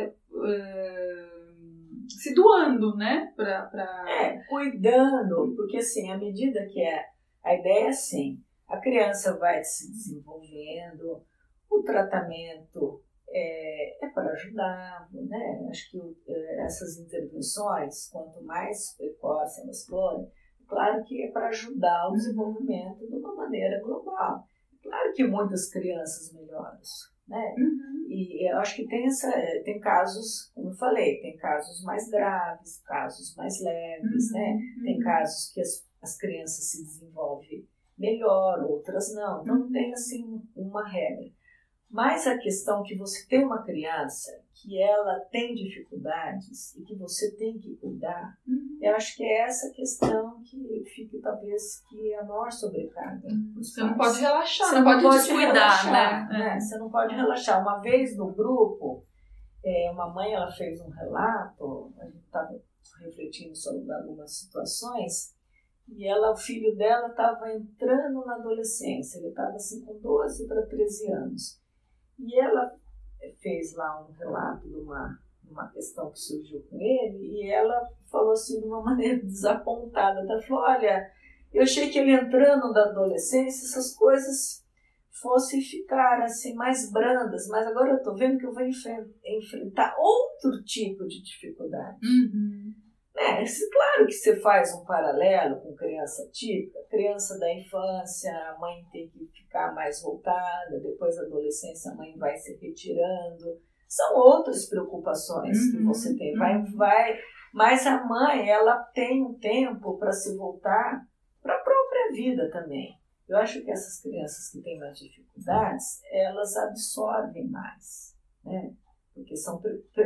se doando, né? Cuidando, porque assim, à medida que a ideia é assim, a criança vai se desenvolvendo, o tratamento é para ajudar, né? Acho que essas intervenções, quanto mais precoce elas forem, claro que é para ajudar o desenvolvimento de uma maneira global. Claro que muitas crianças melhoram, né? E eu acho que tem casos, como eu falei, tem casos mais graves, casos mais leves, né? Tem casos que as crianças se desenvolvem melhor, outras não. Então não tem assim uma regra. Mas a questão que você tem uma criança que ela tem dificuldades e que você tem que cuidar, eu acho que é essa questão que fica talvez que é a maior sobrecarga. Você não pode relaxar, não pode descuidar, né? Você não pode relaxar. Uma vez no grupo, uma mãe ela fez um relato, a gente estava refletindo sobre algumas situações, e o filho dela estava entrando na adolescência, ele estava assim com 12 para 13 anos. E ela fez lá um relato de uma questão que surgiu com ele, e ela falou assim de uma maneira desapontada. Ela falou, olha, Eu achei que ele entrando da adolescência, essas coisas fossem ficar assim mais brandas, mas agora eu estou vendo que eu vou enfrentar outro tipo de dificuldade. Claro que você faz um paralelo com criança típica, criança da infância, a mãe tem que ficar mais voltada, depois da adolescência a mãe vai se retirando, são outras preocupações que você tem, mas a mãe, ela tem um tempo para se voltar para a própria vida também. Eu acho que essas crianças que têm mais dificuldades, elas absorvem mais, né? Porque são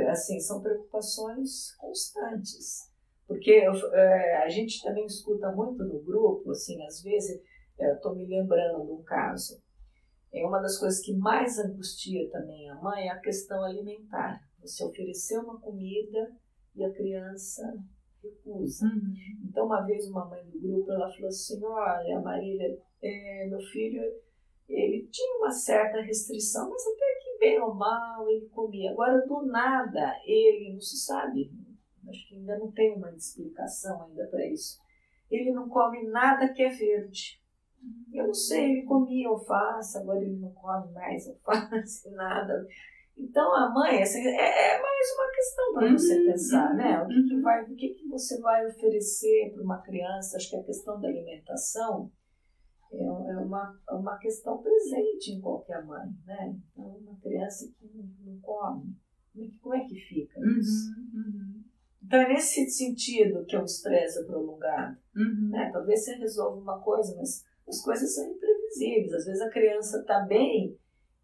preocupações constantes. Porque a gente também escuta muito no grupo, assim, às vezes, estou me lembrando de um caso, uma das coisas que mais angustia também a mãe é a questão alimentar. Você ofereceu uma comida e a criança recusa. Então, uma vez uma mãe do grupo, ela falou assim, olha, Marília, meu filho, ele tinha uma certa restrição, mas até que bem ou mal ele comia. Agora, do nada, ele não se sabe, acho que ainda não tem uma explicação ainda para isso. Ele não come nada que é verde. Eu não sei, ele comia alface, agora ele não come mais alface, nada. Então, a mãe, assim, é mais uma questão para você pensar, né? O que você vai oferecer para uma criança? Acho que a questão da alimentação é uma questão presente em qualquer mãe, né? Então, uma criança que não come, como é que fica isso? Então, é nesse sentido que é o estresse prolongado. Né? Talvez você resolva uma coisa, mas as coisas são imprevisíveis. Às vezes a criança está bem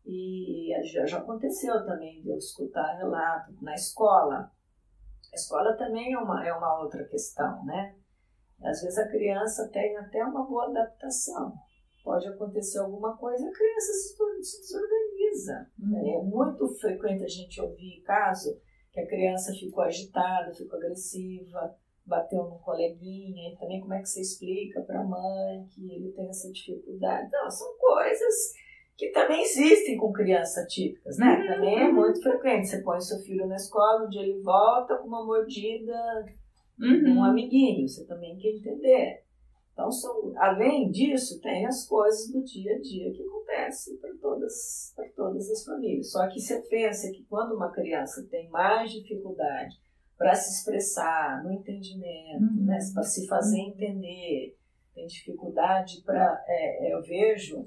e já aconteceu também de eu escutar relato na escola. A escola também é uma outra questão, né? Às vezes a criança tem até uma boa adaptação. Pode acontecer alguma coisa e a criança se desorganiza. É muito frequente a gente ouvir caso que a criança ficou agitada, ficou agressiva, bateu num coleguinha, e também como é que você explica para a mãe que ele tem essa dificuldade? Não, são coisas que também existem com crianças típicas, né? Também é muito frequente. Você põe seu filho na escola, um dia ele volta com uma mordida de um amiguinho, você também quer entender. Então, além disso, tem as coisas do dia a dia que acontecem para todas as famílias. Só que você pensa que quando uma criança tem mais dificuldade para se expressar no entendimento, né, para se fazer entender, tem dificuldade para... eu vejo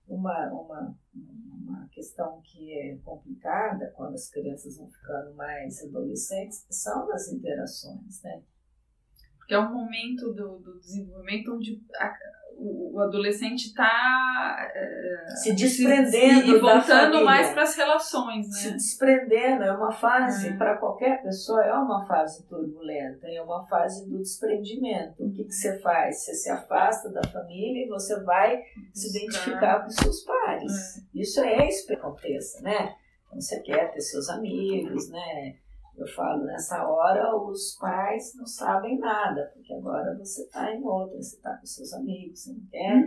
uma questão que é complicada quando as crianças vão ficando mais adolescentes, são as interações, né? Porque é um momento do desenvolvimento onde o adolescente está se desprendendo e voltando da família, mais para as relações, né? Se desprendendo, é uma fase, para qualquer pessoa, é uma fase turbulenta, é uma fase do desprendimento. O que você faz? Você se afasta da família e você vai se identificar com seus pares. Isso que aconteça, né? Então, você quer ter seus amigos, né? Eu falo, nessa hora os pais não sabem nada, porque agora você está em outra, você está com seus amigos, você não quer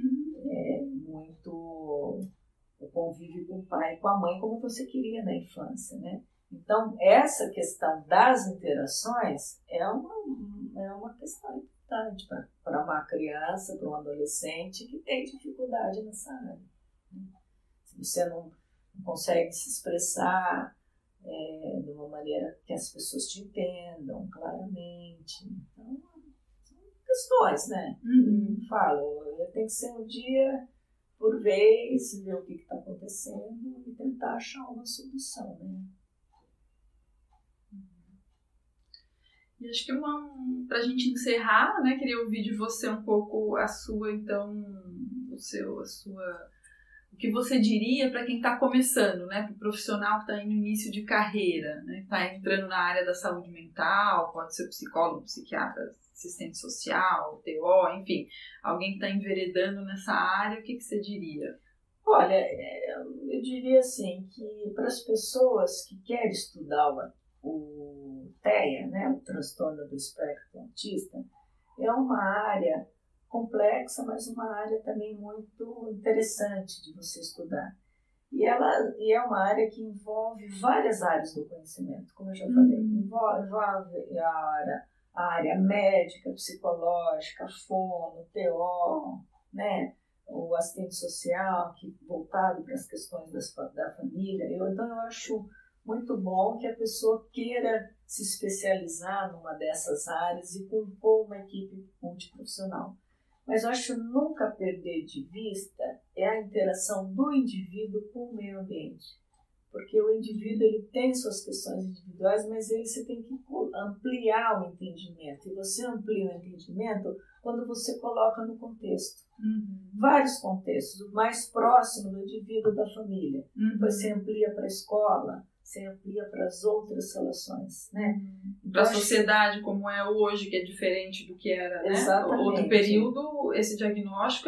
muito o convívio com o pai e com a mãe como você queria na infância, né? Então, essa questão das interações é uma questão importante para uma criança, para um adolescente que tem dificuldade nessa área. Né? Se você não consegue se expressar de uma maneira que as pessoas te entendam claramente. Então, são questões, né? Eu falo, tem que ser um dia por vez, ver o que está acontecendo e tentar achar uma solução, né? E acho que para a gente encerrar, né, queria ouvir de você um pouco a sua, então, o que você diria para quem está começando, né, para o profissional que está no início de carreira, né, está entrando na área da saúde mental, pode ser psicólogo, psiquiatra, assistente social, TO, enfim, alguém que está enveredando nessa área, o que você diria? Olha, eu diria assim, que para as pessoas que querem estudar o TEA, né, o transtorno do espectro autista, é uma área complexa, mas uma área também muito interessante de você estudar. E é uma área que envolve várias áreas do conhecimento, como eu já falei. Envolve a área médica, psicológica, fono, TO, né? O assistente social, que voltado para as questões da família. Então, eu acho muito bom que a pessoa queira se especializar numa dessas áreas e compor uma equipe multiprofissional. Mas eu acho nunca perder de vista a interação do indivíduo com o meio ambiente. Porque o indivíduo ele tem suas questões individuais, mas você tem que ampliar o entendimento. E você amplia o entendimento quando você coloca no contexto. Vários contextos. O mais próximo do indivíduo, da família. Depois você amplia para a escola, você amplia para as outras relações, né? Para a sociedade como é hoje, que é diferente do que era, né? Exatamente. Outro período, esse diagnóstico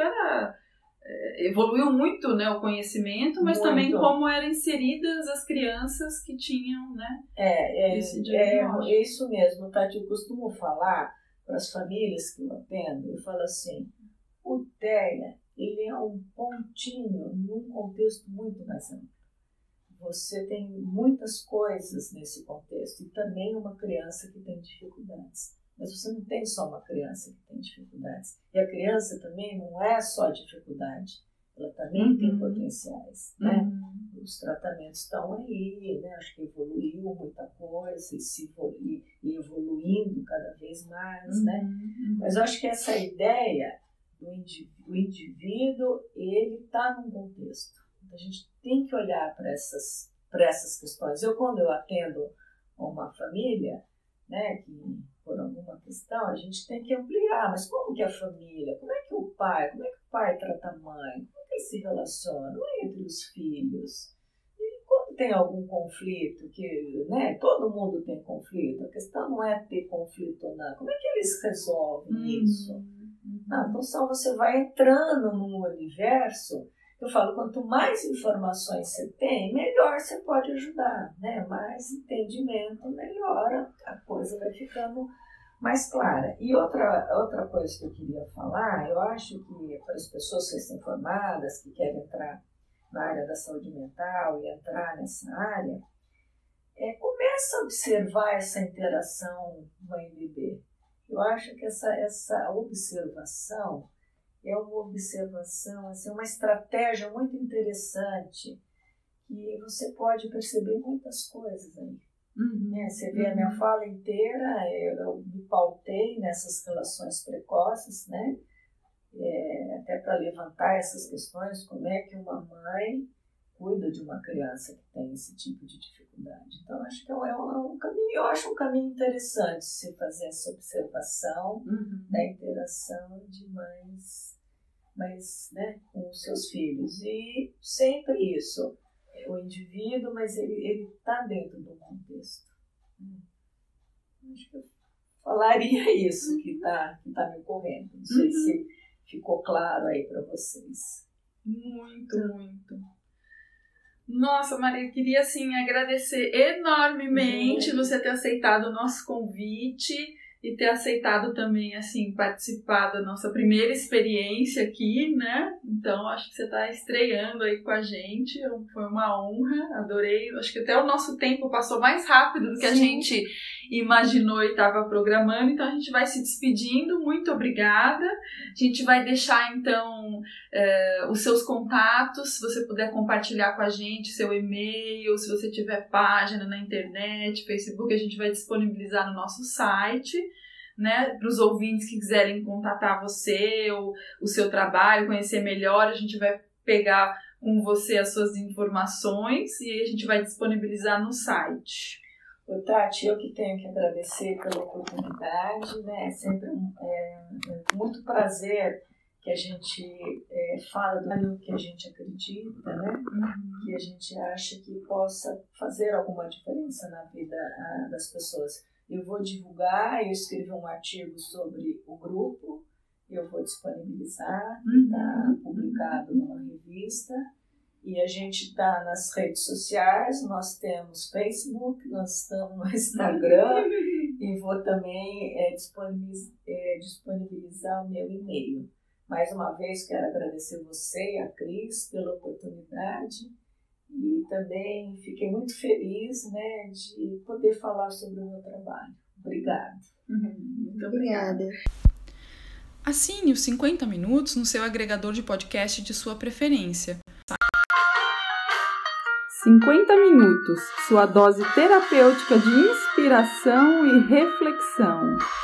evoluiu muito, né, o conhecimento, mas muito. Também como eram inseridas as crianças que tinham, né, esse diagnóstico. É isso mesmo, Tati. Eu costumo falar para as famílias que eu atendo, eu falo assim, o TEA, ele é um pontinho num contexto muito mais amplo. Você tem muitas coisas nesse contexto e também uma criança que tem dificuldades. Mas você não tem só uma criança que tem dificuldades. E a criança também não é só dificuldade, ela também tem potenciais, né? Os tratamentos estão aí, né? Acho que evoluiu muita coisa e evoluindo cada vez mais, né? Mas eu acho que essa ideia do indivíduo, ele está num contexto. A gente tem que olhar para essas questões. Quando eu atendo uma família, né, que por alguma questão, a gente tem que ampliar. Mas como que a família? Como é que o pai trata a mãe? Como que eles se relacionam entre os filhos? E quando tem algum conflito, que, né, todo mundo tem conflito, a questão não é ter conflito ou não. Como é que eles resolvem isso? Então, você vai entrando num universo. Eu falo, quanto mais informações você tem, melhor você pode ajudar, né? Mais entendimento, melhor a coisa vai ficando mais clara. E outra coisa que eu queria falar, eu acho que para as pessoas recém-formadas que querem entrar na área da saúde mental e entrar nessa área, começa a observar essa interação mãe-bebê. Eu acho que essa observação é uma observação, assim, uma estratégia muito interessante que você pode perceber muitas coisas aí. Né? Você vê a minha fala inteira, eu me pautei nessas relações precoces, né? Até para levantar essas questões, como é que uma mãe cuida de uma criança que tem esse tipo de dificuldade. Então, acho que é um caminho, eu acho um caminho interessante você fazer essa observação da interação de mães, né, com os seus filhos. E sempre isso, o indivíduo, mas ele está dentro do contexto. Acho que eu falaria isso que está me ocorrendo. Não sei se ficou claro aí para vocês. Muito, muito. Nossa, Maria, queria assim agradecer enormemente você ter aceitado o nosso convite e ter aceitado também assim participar da nossa primeira experiência aqui, né? Então acho que você está estreando aí com a gente, foi uma honra, adorei. Acho que até o nosso tempo passou mais rápido do que a gente imaginou e estava programando, então a gente vai se despedindo. Muito obrigada. A gente vai deixar então os seus contatos, se você puder compartilhar com a gente seu e-mail, se você tiver página na internet, Facebook, a gente vai disponibilizar no nosso site, né, para os ouvintes que quiserem contatar você ou o seu trabalho, conhecer melhor, a gente vai pegar com você as suas informações e a gente vai disponibilizar no site. Tati, eu que tenho que agradecer pela oportunidade, né? É sempre muito prazer que a gente fala do que a gente acredita, né? Que a gente acha que possa fazer alguma diferença na vida das pessoas. Eu vou divulgar, eu escrevi um artigo sobre o grupo, eu vou disponibilizar, está publicado numa revista. E a gente está nas redes sociais, nós temos Facebook, nós estamos no Instagram e vou também disponibilizar o meu e-mail. Mais uma vez quero agradecer você e a Cris pela oportunidade e também fiquei muito feliz, né, de poder falar sobre o meu trabalho. Obrigada. Muito Obrigada. Assine os 50 minutos no seu agregador de podcast de sua preferência. 50 minutos, sua dose terapêutica de inspiração e reflexão.